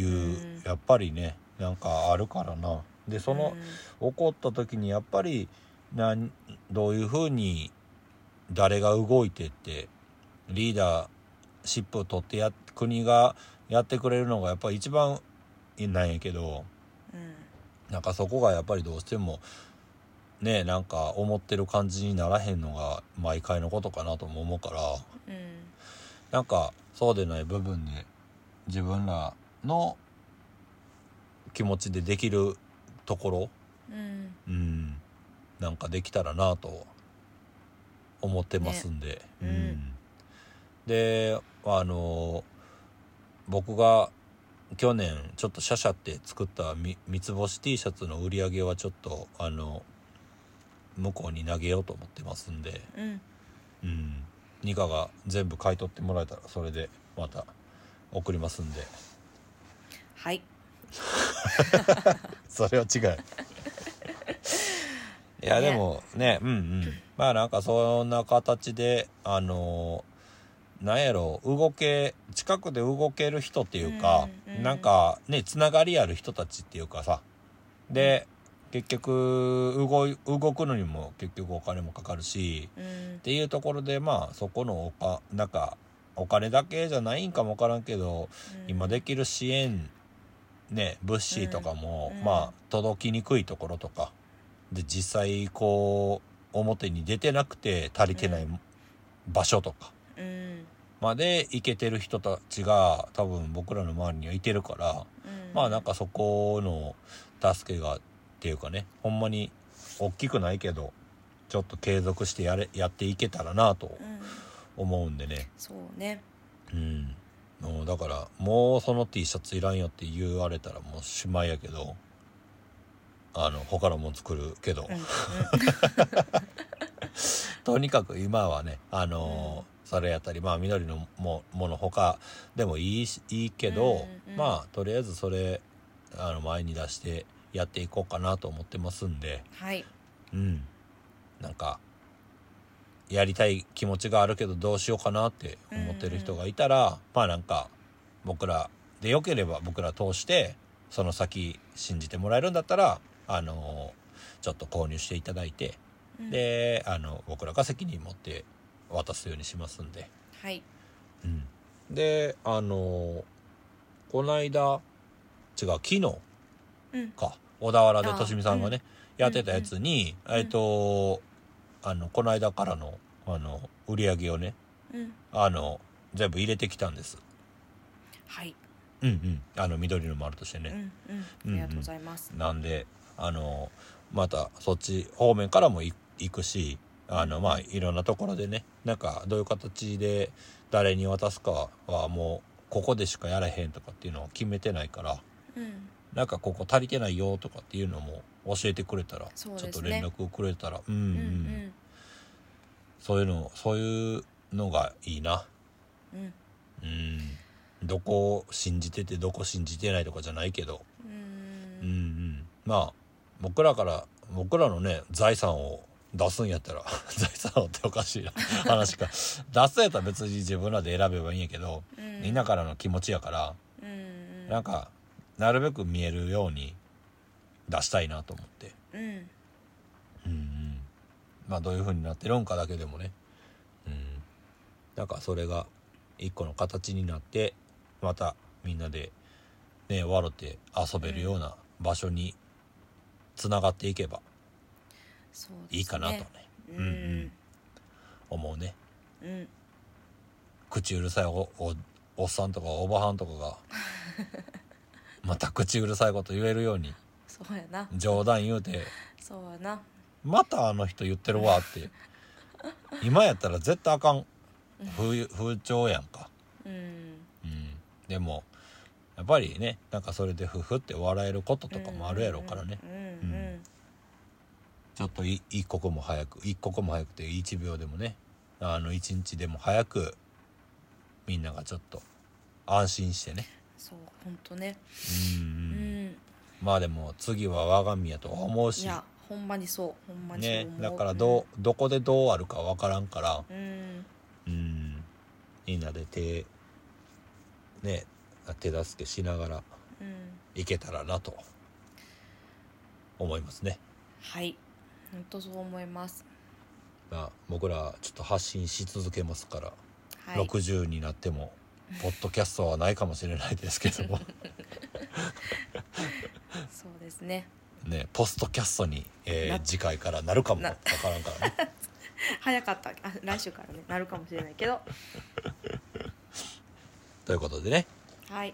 やっぱりねなんかあるからな。でその、起こった時にやっぱりどういう風に誰が動いてってリーダーシップを取って国がやってくれるのがやっぱり一番なんやけど、なんかそこがやっぱりどうしてもねなんか思ってる感じにならへんのが毎回のことかなとも思うから、なんかそうでない部分で自分らの気持ちでできるところ、なんかできたらなと思ってますんで、で僕が去年ちょっとシャシャって作った三つ星 T シャツの売り上げはちょっと向こうに投げようと思ってますんで、ニカが全部買い取ってもらえたらそれでまた送りますんで。 はい。 それは違う。いやでもね、まあなんかそんな形でなんやろ近くで動ける人っていうか、なんかねつながりある人たちっていうかさ、で結局動くのにも結局お金もかかるし、っていうところでまあそこのなんかお金だけじゃないんかもわからんけど、今できる支援ね物資とかも、まあ届きにくいところとかで実際こう表に出てなくて足りてない場所とか、まで行けてる人たちが多分僕らの周りにはいてるから、まあなんかそこの助けがっていうかね、ほんまに大きくないけどちょっと継続してやっていけたらなと思うんでね。 そうね。 もうだからもうその T シャツいらんよって言われたらもうしまいやけど、他のもん作るけど、とにかく今はねそれやったりまあ緑のもの他でもいいけど、まあとりあえずそれ前に出してやっていこうかなと思ってますんで、 はい。 なんかやりたい気持ちがあるけどどうしようかなって思ってる人がいたら、まあなんか僕らでよければ僕ら通してその先信じてもらえるんだったらちょっと購入していただいて、で僕らが責任持って渡すようにしますんで、 はい、 でこの間昨日か、小田原でとしみさんがね、やってたやつに、この間からの売り上げをね、全部入れてきたんです。 はい。 緑の丸としてね。 ありがとうございます。 なんでまたそっち方面からも行くし、まあいろんなところでね、なんかどういう形で誰に渡すかはもうここでしかやらへんとかっていうのを決めてないから、なんかここ足りてないよとかっていうのも教えてくれたら、ちょっと連絡をくれたら、そういうのがいいな。どこを信じててどこ信じてないとかじゃないけど、まあ僕らのね財産を出すんやったら財産をっておかしいな話か出すんやったら別に自分らで選べばいいんやけど、みんなからの気持ちやから、なんかなるべく見えるように出したいなと思って、まあどういう風になってるんかだけでもね、なんかそれが一個の形になってまたみんなでね笑って遊べるような場所につながっていけばいいかなとね、思うね。口うるさい おっさんとかおばはんとかがまた口うるさいこと言えるように、 そうやな、 冗談言うてそうやな、 またあの人言ってるわって今やったら絶対あかん風潮やんか。でもやっぱりね、なんかそれでふふって笑えることとかもあるやろうからね、ちょっと一刻も早くて1秒でもね、1日でも早くみんながちょっと安心してね。 そう本当ね。 まあでも次は我が身やと思うし、 いやほんまにそう、ほんまにそう思う、 ね、だからどこでどうあるか分からんから、みんなで手助けしながらいけたらなと思いますね。 はい、本当そう思います。 まあ僕らちょっと発信し続けますから、 はい、 60になってもポッドキャストはないかもしれないですけどもそうですね。 ポストキャストに、次回からなるかもわからんからね早かった。来週からねなるかもしれないけどということでね、 はい、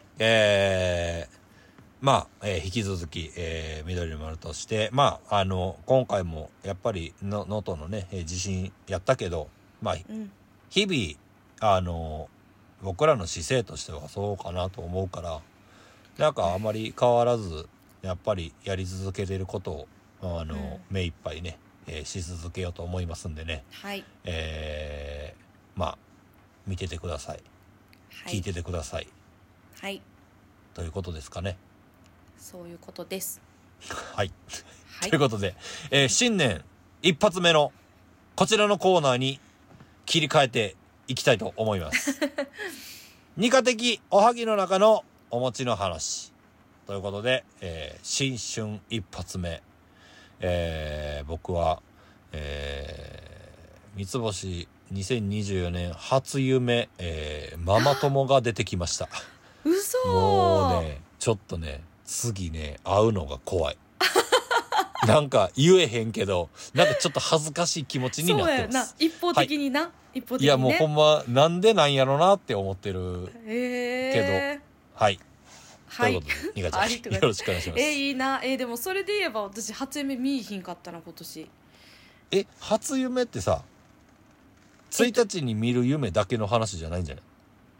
まあ、引き続き、緑の丸として、まあ今回もやっぱり能登のね地震やったけど、まあ、日々僕らの姿勢としてはそうかなと思うから、なんかあまり変わらずやっぱりやり続けれることを目いっぱいね、し続けようと思いますんでね、 はい、 まあ見ててください、聞いててください、 はい、 ということですかね。 そういうことですはい、ということで、新年一発目のこちらのコーナーに切り替えていきたいと思います二課的おはぎの中のお餅の話ということで、新春一発目、僕は、三つ星2024年初夢、ママ友が出てきました嘘。 もうねちょっとね次ね会うのが怖いなんか言えへんけどなんかちょっと恥ずかしい気持ちになってます。 そうやな、一方的にな、一方的にね。 いやもうほんまなんでなんやろなって思ってるけど、はい、ということでニカちゃんよろしくお願いします。 いいな。でもそれで言えば私初夢見いひんかったな今年。 初夢ってさ1日に見る夢だけの話じゃないんじゃない？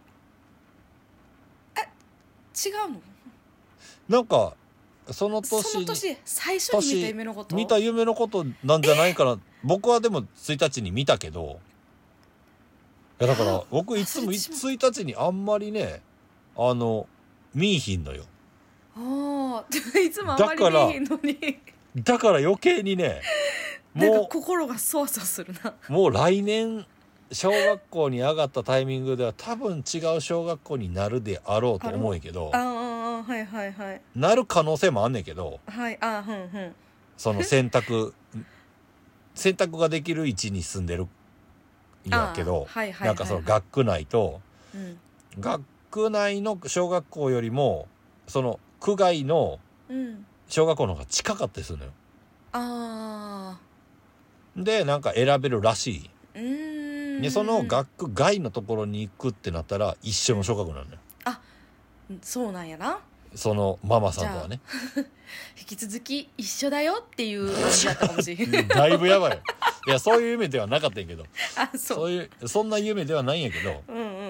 違うの？ なんかその年最初に見た夢のこと見た夢のことなんじゃないかな。僕はでも1日に見たけど、いやだから僕いつも1日にあんまりね見いひんのよ。 いつもあんまり見いひんのにだから余計にねなんか心がそわそわするな。 もう来年小学校に上がったタイミングでは多分違う小学校になるであろうと思うんやけど、 はいはいはい、 なる可能性もあんねんけど、 はい、 その選択ができる位置に住んでるんやけど、なんかその学区内と、学区内の小学校よりもその区外の小学校の方が近かったりするのよ。でなんか選べるらしい。でその学区外のところに行くってなったら一緒の小学校なのよ。 そうなんやな。 そのママさんとはね引き続き一緒だよっていう感じだったかもしれないだいぶやばい。いやそういう夢ではなかったんやけどそうそんな夢ではないんやけど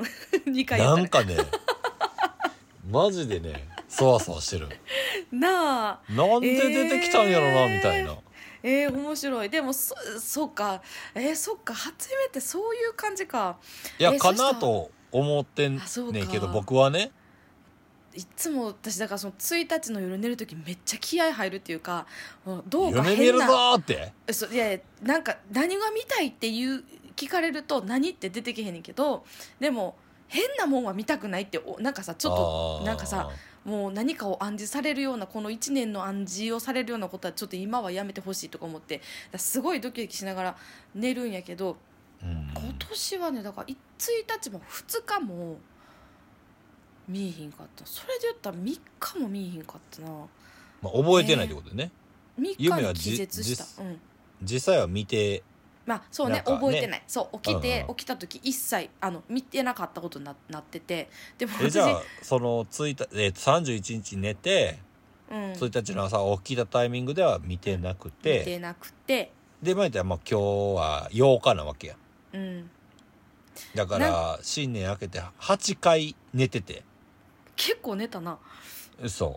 2回やったね、 なんかねマジでねそわそわしてるなあ。 なんで出てきたんやろな、みたいな。 面白い。でもそうか、そっか、初夢ってそういう感じか。 いや、かなと思ってんねんけど、僕はね、 いつも私だからその1日の夜寝る時めっちゃ気合入るっていうか、どうか夢見るぞーって。 いやなんか何が見たいっていう聞かれると何って出てけへんねんけど、でも変なもんは見たくないってなんかさ、ちょっとなんかさ、もう何かを暗示されるような、この1年の暗示をされるようなことはちょっと今はやめてほしいとか思って、すごいドキドキしながら寝るんやけど、今年はねだから1日も2日も見えひんかった。それで言ったら3日も見えひんかったな。 まあ、覚えてないってことでね。 3日に気絶した。 実際は見て、 まあそうね、覚えてない。そう起きた時一切見てなかったことになってて、でもじゃあその31日寝て、1日の朝起きたタイミングでは見てなくて、でまあ今日は8日なわけや。だから新年明けて8回寝てて。 結構寝たな。 そう。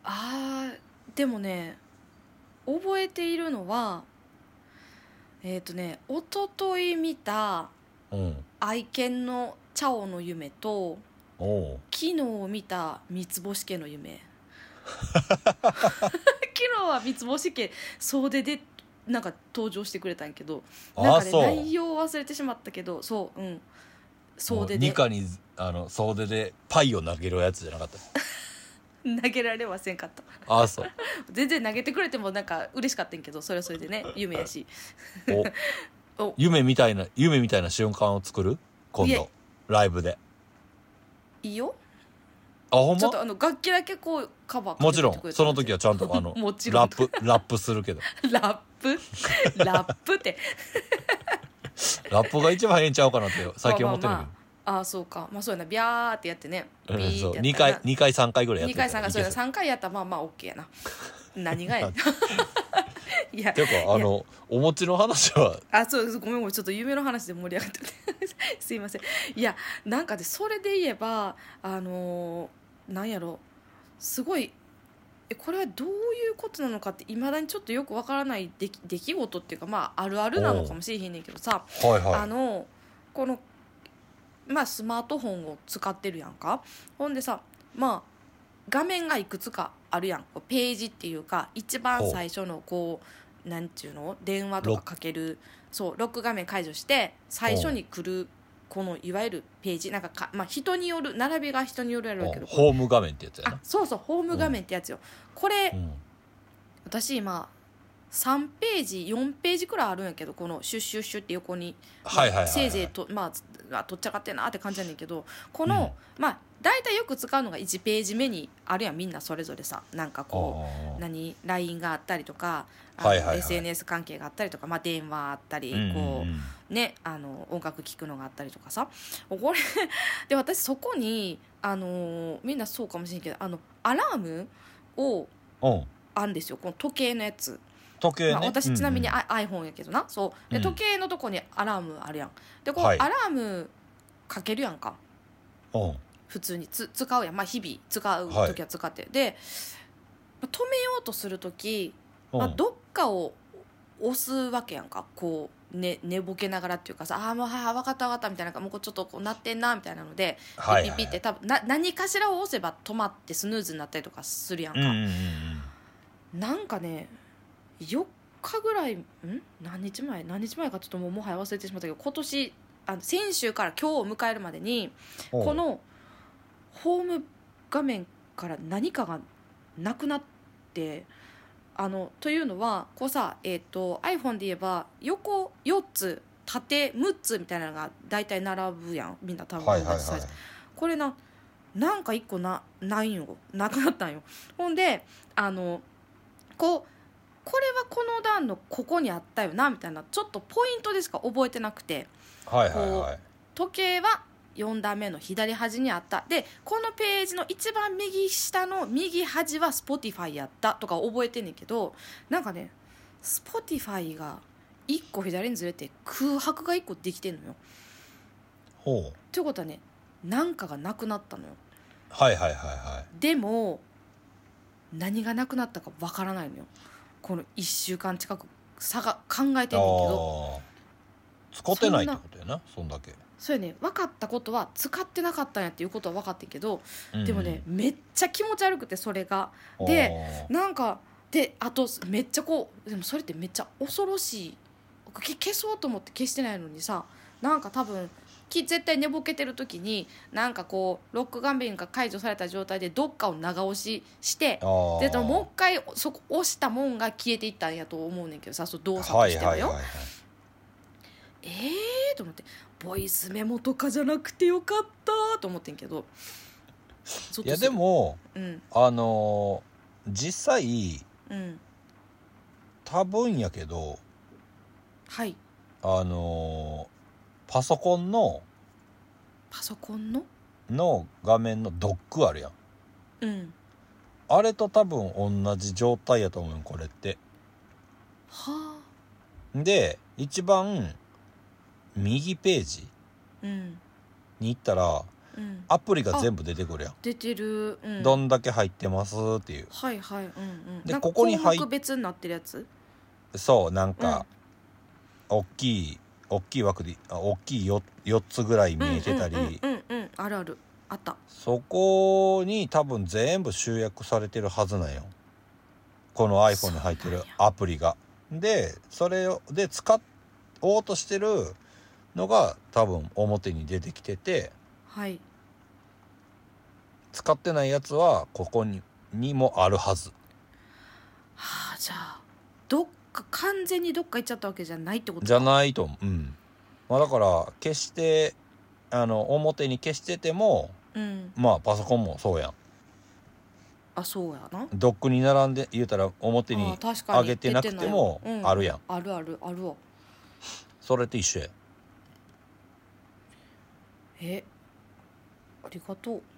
でもね、覚えているのは一昨日見た愛犬のチャオの夢と、昨日見た三つ星家の夢昨日は三つ星家総出でなんか登場してくれたんやけど、なんかね内容忘れてしまったけど、総出でニカに総出でパイを投げるやつじゃなかった投げられはせんかった。 そう全然投げてくれてもなんか嬉しかったんけど、それはそれでね、夢やし夢みたいな瞬間を作る今度ライブで。 いいよ。 ほんま？ ちょっと楽器だけこうカバーもちろんその時はちゃんともちろんラップするけどラップってラップが一番ええんちゃうかなって最近思ってるけど、 そうか、まあそうやな、ビャーってやってね、ビーってやったら2回3回ぐらいやって 2回3回、そうやな、3回やったらまあまあ OK やな。何がやねんいやていうかお餅の話はそうごめんちょっと夢の話で盛り上がっててすいません。いやなんかでそれで言えばなんやろ、すごいこれはどういうことなのかっていまだにちょっとよくわからない出来事っていうか、まああるあるなのかもしれへんねんけどさ、このまあスマートフォンを使ってるやんか。ほんでさ、まあ画面がいくつかあるやん。ページっていうか一番最初のこうなんていうの、電話とかかける、そうロック画面解除して最初に来るこのいわゆるページなんかまあ人による並びが人によるやろうけど、 ホーム画面ってやつやな。 そうホーム画面ってやつよ。これ、私今3ページ4ページくらいあるんやけど、このシュッシュッシュって横に、せいぜいととっちゃかってんなって感じやねんけど、この、まあ大体よく使うのが1ページ目にあるやん、みんなそれぞれさ、なんかこうLINE があったりとかSNS 関係があったりとか、まあ、電話あったり、こうね音楽聴くのがあったりとかさ、これで私そこにみんなそうかもしれんけどアラームをあるんですよ、この時計のやつ。 時計ね、 私ちなみにiPhone やけどな、そうで時計のとこにアラームあるやん。でこう、アラームかけるやんか、普通に使うやん、まあ、日々使う時は使って、で止めようとする時、どっかを押すわけやんか、こう、寝ぼけながらっていうかさ、もう分かった分かったみたいな、もうちょっとこうなってんなみたいなので、ピッピッって多分何かしらを押せば止まってスヌーズになったりとかするやんか。なんかね日ぐらい何日前かちょっともはや忘れてしまったけど、今年先週から今日を迎えるまでにこのホーム画面から何かがなくなって、というのはこうさ、iPhone で言えば横4つ縦6つみたいなのが大体並ぶやん、みんな多分、 はいはいはい、 これなんか1個ないんよ、なくなったんよ。ほんでこれはこの段のここにあったよなみたいな、ちょっとポイントでしか覚えてなくて、 はいはいはい、 時計は4段目の左端にあった、でこのページの一番右下の右端は Spotify やったとか覚えてんねんけど、なんかね Spotify が1個左にずれて空白が1個できてんのよ。 ほうということはね、なんかがなくなったのよ。 はいはいはいはい。 でも何がなくなったかわからないのよ。この1週間近く考えてんねんけど、 使ってないってことやな、そんだけ。 そうやね、分かったことは使ってなかったんやっていうことは分かってんけど、でもねめっちゃ気持ち悪くて、それがでなんかで、あとめっちゃでもそれってめっちゃ恐ろしい。消そうと思って消してないのにさ、なんか多分絶対寝ぼけてる時になんかロック画面が解除された状態でどっかを長押しして、でもう一回そこ押したもんが消えていったんやと思うねんけどさ、そう動作としてはよ、と思って、ボイスメモとかじゃなくてよかったと思ってんけど、 いやでも、実際、多分やけど、 はい、 パソコンの画面のドックあるやん、あれと多分同じ状態やと思う、これって。 はあ。で一番右ページに行ったら、アプリが全部出てくるやん。 出てる、 どんだけ入ってますっていう。 はいはい、 でここに項目別になってるやつ。 そうなんか、大きい枠で大きい 4つぐらい見えてたり、 あるあるあった。 そこに多分全部集約されてるはずなんよ、この iPhone に入ってるアプリが。でそれで使おうとしてるのが多分表に出てきてて、 はい、 使ってないやつはここにもあるはず。 はあ、じゃあ完全にどっか行っちゃったわけじゃないってことか。 じゃないと思う。まあだから消して表に消してても、まあパソコンもそうやん。 あ、そうやな。 ドックに並んで言うたら表に上げてなくてもあるやん。 あるわ。 それと一緒や。 ありがとう。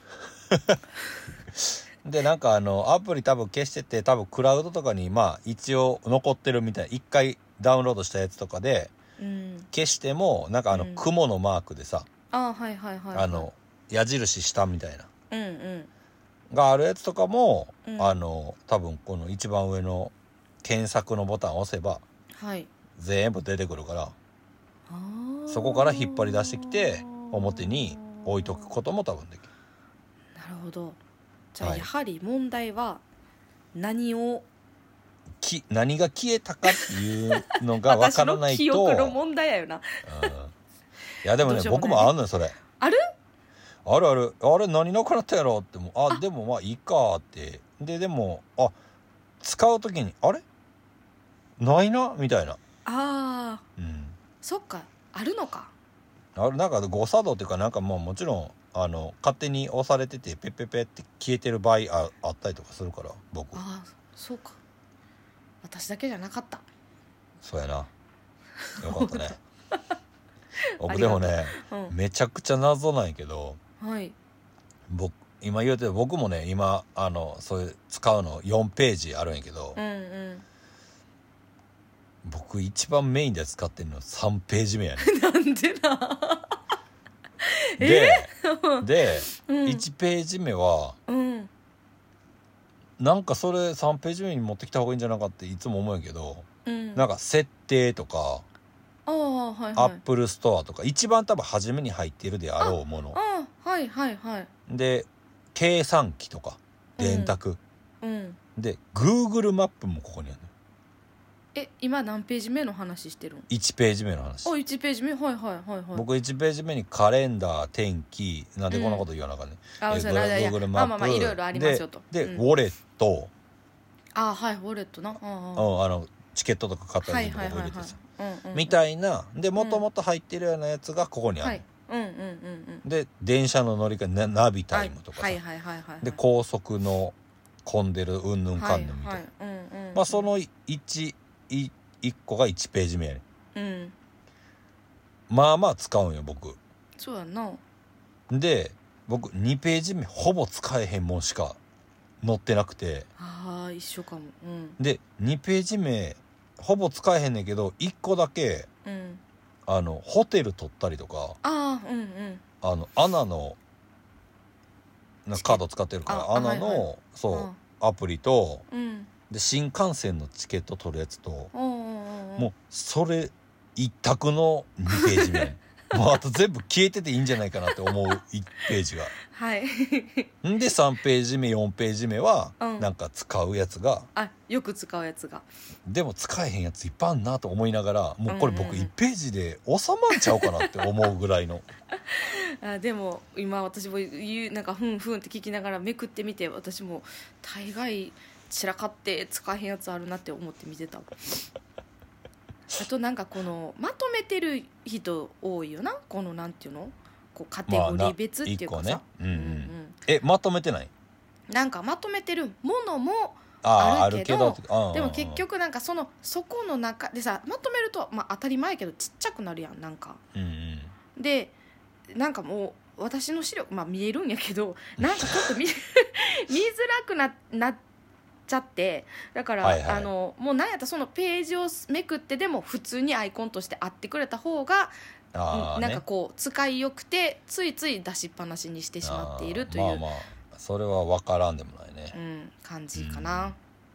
でなんかアプリ多分消してて、多分クラウドとかにまあ一応残ってるみたい。一回ダウンロードしたやつとかで、消してもなんか雲のマークでさ、矢印下みたいな、があるやつとかも、多分この一番上の検索のボタンを押せば、全部出てくるから、そこから引っ張り出してきて表に置いとくことも多分できる。 なるほど。じゃあやはり問題は何が消えたかっていうのが分からないと私の記憶の問題やよな。 いやでもね、僕もあんのよそれ。あるあれ何なくなったやろって、でもまあいいかって。でも使う時にあれないなみたいな。 そっか、あるのか。 なんか誤作動っていうか、なんかもちろん勝手に押されててペッペッペって消えてる場合あったりとかするから、僕。 そうか、私だけじゃなかった。 そうやな、よかったね。僕でもね、めちゃくちゃ謎なんやけど、今言うて僕もね、今そういう使うの4ページあるんやけど、僕一番メインで使ってるの3ページ目やね。 なんでな。 で、1ページ目は、なんかそれ3ページ目に持ってきた方がいいんじゃなかっていつも思うんやけど、なんか設定とか、アップルストアとか一番多分初めに入っているであろうもの、で計算機とか電卓、で Google マップもここにある今何ページ目の話してるん ？1ページ目の話。 1ページ目、はいはいはいはい。 僕1ページ目にカレンダー、天気、なんでこんなこと言わなあかんね、Google マップ、 いろいろありますよと。 で、ウォレット、 はい、ウォレットな、 チケットとか買ったりとか入れてさ、みたたいな。で、もともと入ってるようなやつがここにある、で、電車の乗り換え、ナビタイムとかさ、で、高速の混んでるうんぬんかんぬんみたいな、その1個が1ページ目やね、まあまあ使うんよ僕。 そうやな。 で、僕2ページ目ほぼ使えへんもんしか載ってなくて、 一緒かも。 で2ページ目ほぼ使えへんねんけど、1個だけ、ホテル取ったりとか、アナのカード使ってるからアナの、アプリと、で新幹線のチケット取るやつと、もうそれ一択の2ページ目もうあと全部消えてていいんじゃないかなって思う1ページがんで3ページ目4ページ目はなんか使うやつが、 よく使うやつが、 でも使えへんやついっぱいあんなと思いながら、もうこれ僕1ページで収まんちゃうかなって思うぐらいのでも今私もなんかふんふんって聞きながらめくってみて、私も大概散らかって使えへんやつあるなって思って見てた。あとなんかこのまとめてる人多いよな、このなんていうの、こうカテゴリー別っていうかさ、 まとめてない？ なんかまとめてるものもあるけど、でも結局なんかそこの中でさ、まとめると当たり前やけどちっちゃくなるやん、なんか、でなんかもう私の視力見えるんやけど、なんかちょっと見づらくなっちゃって、だから、もうなんやったらそのページをめくってでも普通にアイコンとしてあってくれた方がなんかこう使いよくて、ついつい出しっぱなしにしてしまっているという、 それは分からんでもないね、 感じかな、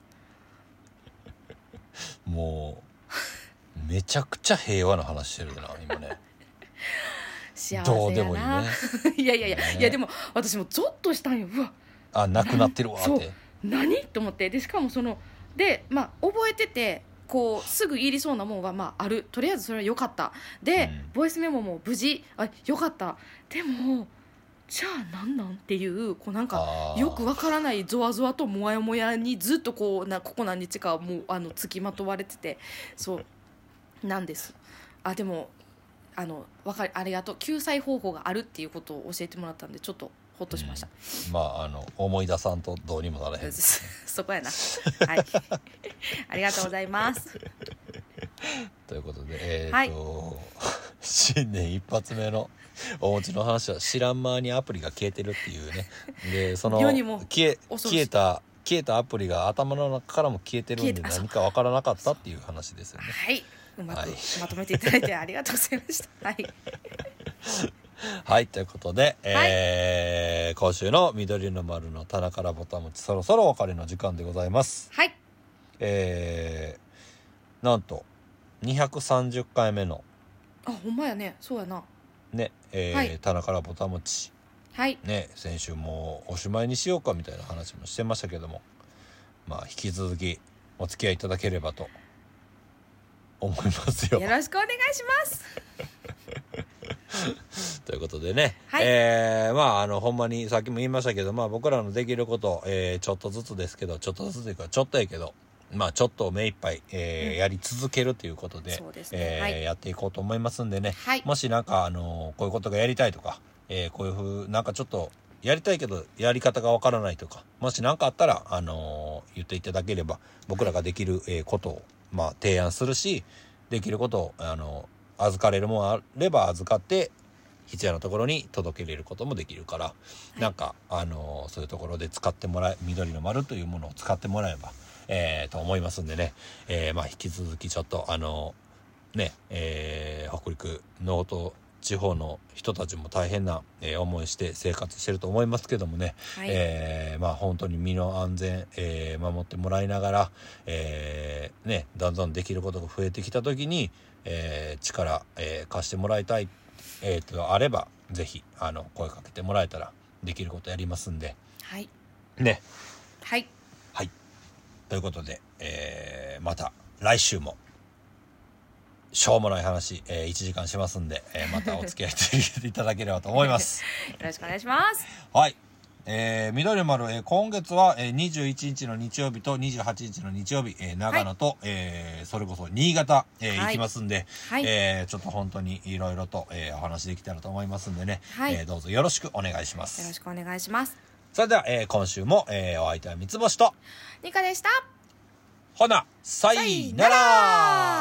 もうめちゃくちゃ平和な話してるな今ね幸せやな。 どうでもいいねいやでも私もゾッとしたんよ。うわ、 なくなってるわって何と思って、でしかもで覚えてて、こうすぐ言いそうなもんはある、とりあえずそれは良かった、で、ボイスメモも無事良かった、でもじゃあなんなんっていう、こうなんかよくわからないゾワゾワとモヤモヤにずっとここ何日かもう付きまとわれてて、そうなんです。でもありがとう、救済方法があるっていうことを教えてもらったんでちょっとほっとしました、 思い出さんとどうにもならへんそこやなはいありがとうございますということで新年一発目のお餅の話は、知らん間にアプリが消えてるっていうね。でその消えたアプリが頭の中からも消えてるんで、何か分からなかったっていう話ですよね。 はい、うまくまとめていただいてありがとうございましたはいはい、ということで、今週の緑の丸の棚からぼたもち、そろそろお別れの時間でございます。 はい。 なんと230回目のほんまやね、そうやなね、棚からぼたもち、ね、先週もおしまいにしようかみたいな話もしてましたけども、引き続きお付き合いいただければと思いますよ。 よろしくお願いしますということでね、ほんまにさっきも言いましたけど、僕らのできること、ちょっとずつですけど、ちょっとずつというかちょっとやけど、ちょっと目いっぱい、やり続けるということで、やっていこうと思いますんでね、もしなんかこういうことがやりたいとか、こういうふうなんかちょっとやりたいけどやり方がわからないとか、もし何かあったら言っていただければ、僕らができる、ことを提案するし、できることを預かれるものあれば預かって必要なところに届けれることもできるから、なんかそういうところで使ってもらえ、緑の丸というものを使ってもらえばと思いますんでね、引き続きちょっと北陸能登地方の人たちも大変な、思いして生活してると思いますけどもね、本当に身の安全、守ってもらいながら、だんだんできることが増えてきた時に、力、貸してもらいたい、あればぜひ声かけてもらえたらできることやりますんで、ということで、また来週もしょうもない話、1時間しますんで、またお付き合いしていただければと思いますよろしくお願いします。 はい。緑丸、今月は、21日の日曜日と28日の日曜日、長野と、それこそ新潟、行きますんで、ちょっと本当にいろいろと、お話できたらと思いますんでね、どうぞよろしくお願いします。 よろしくお願いします。 それでは、今週も、お相手は三つ星とニカでした。 ほな、さいなら。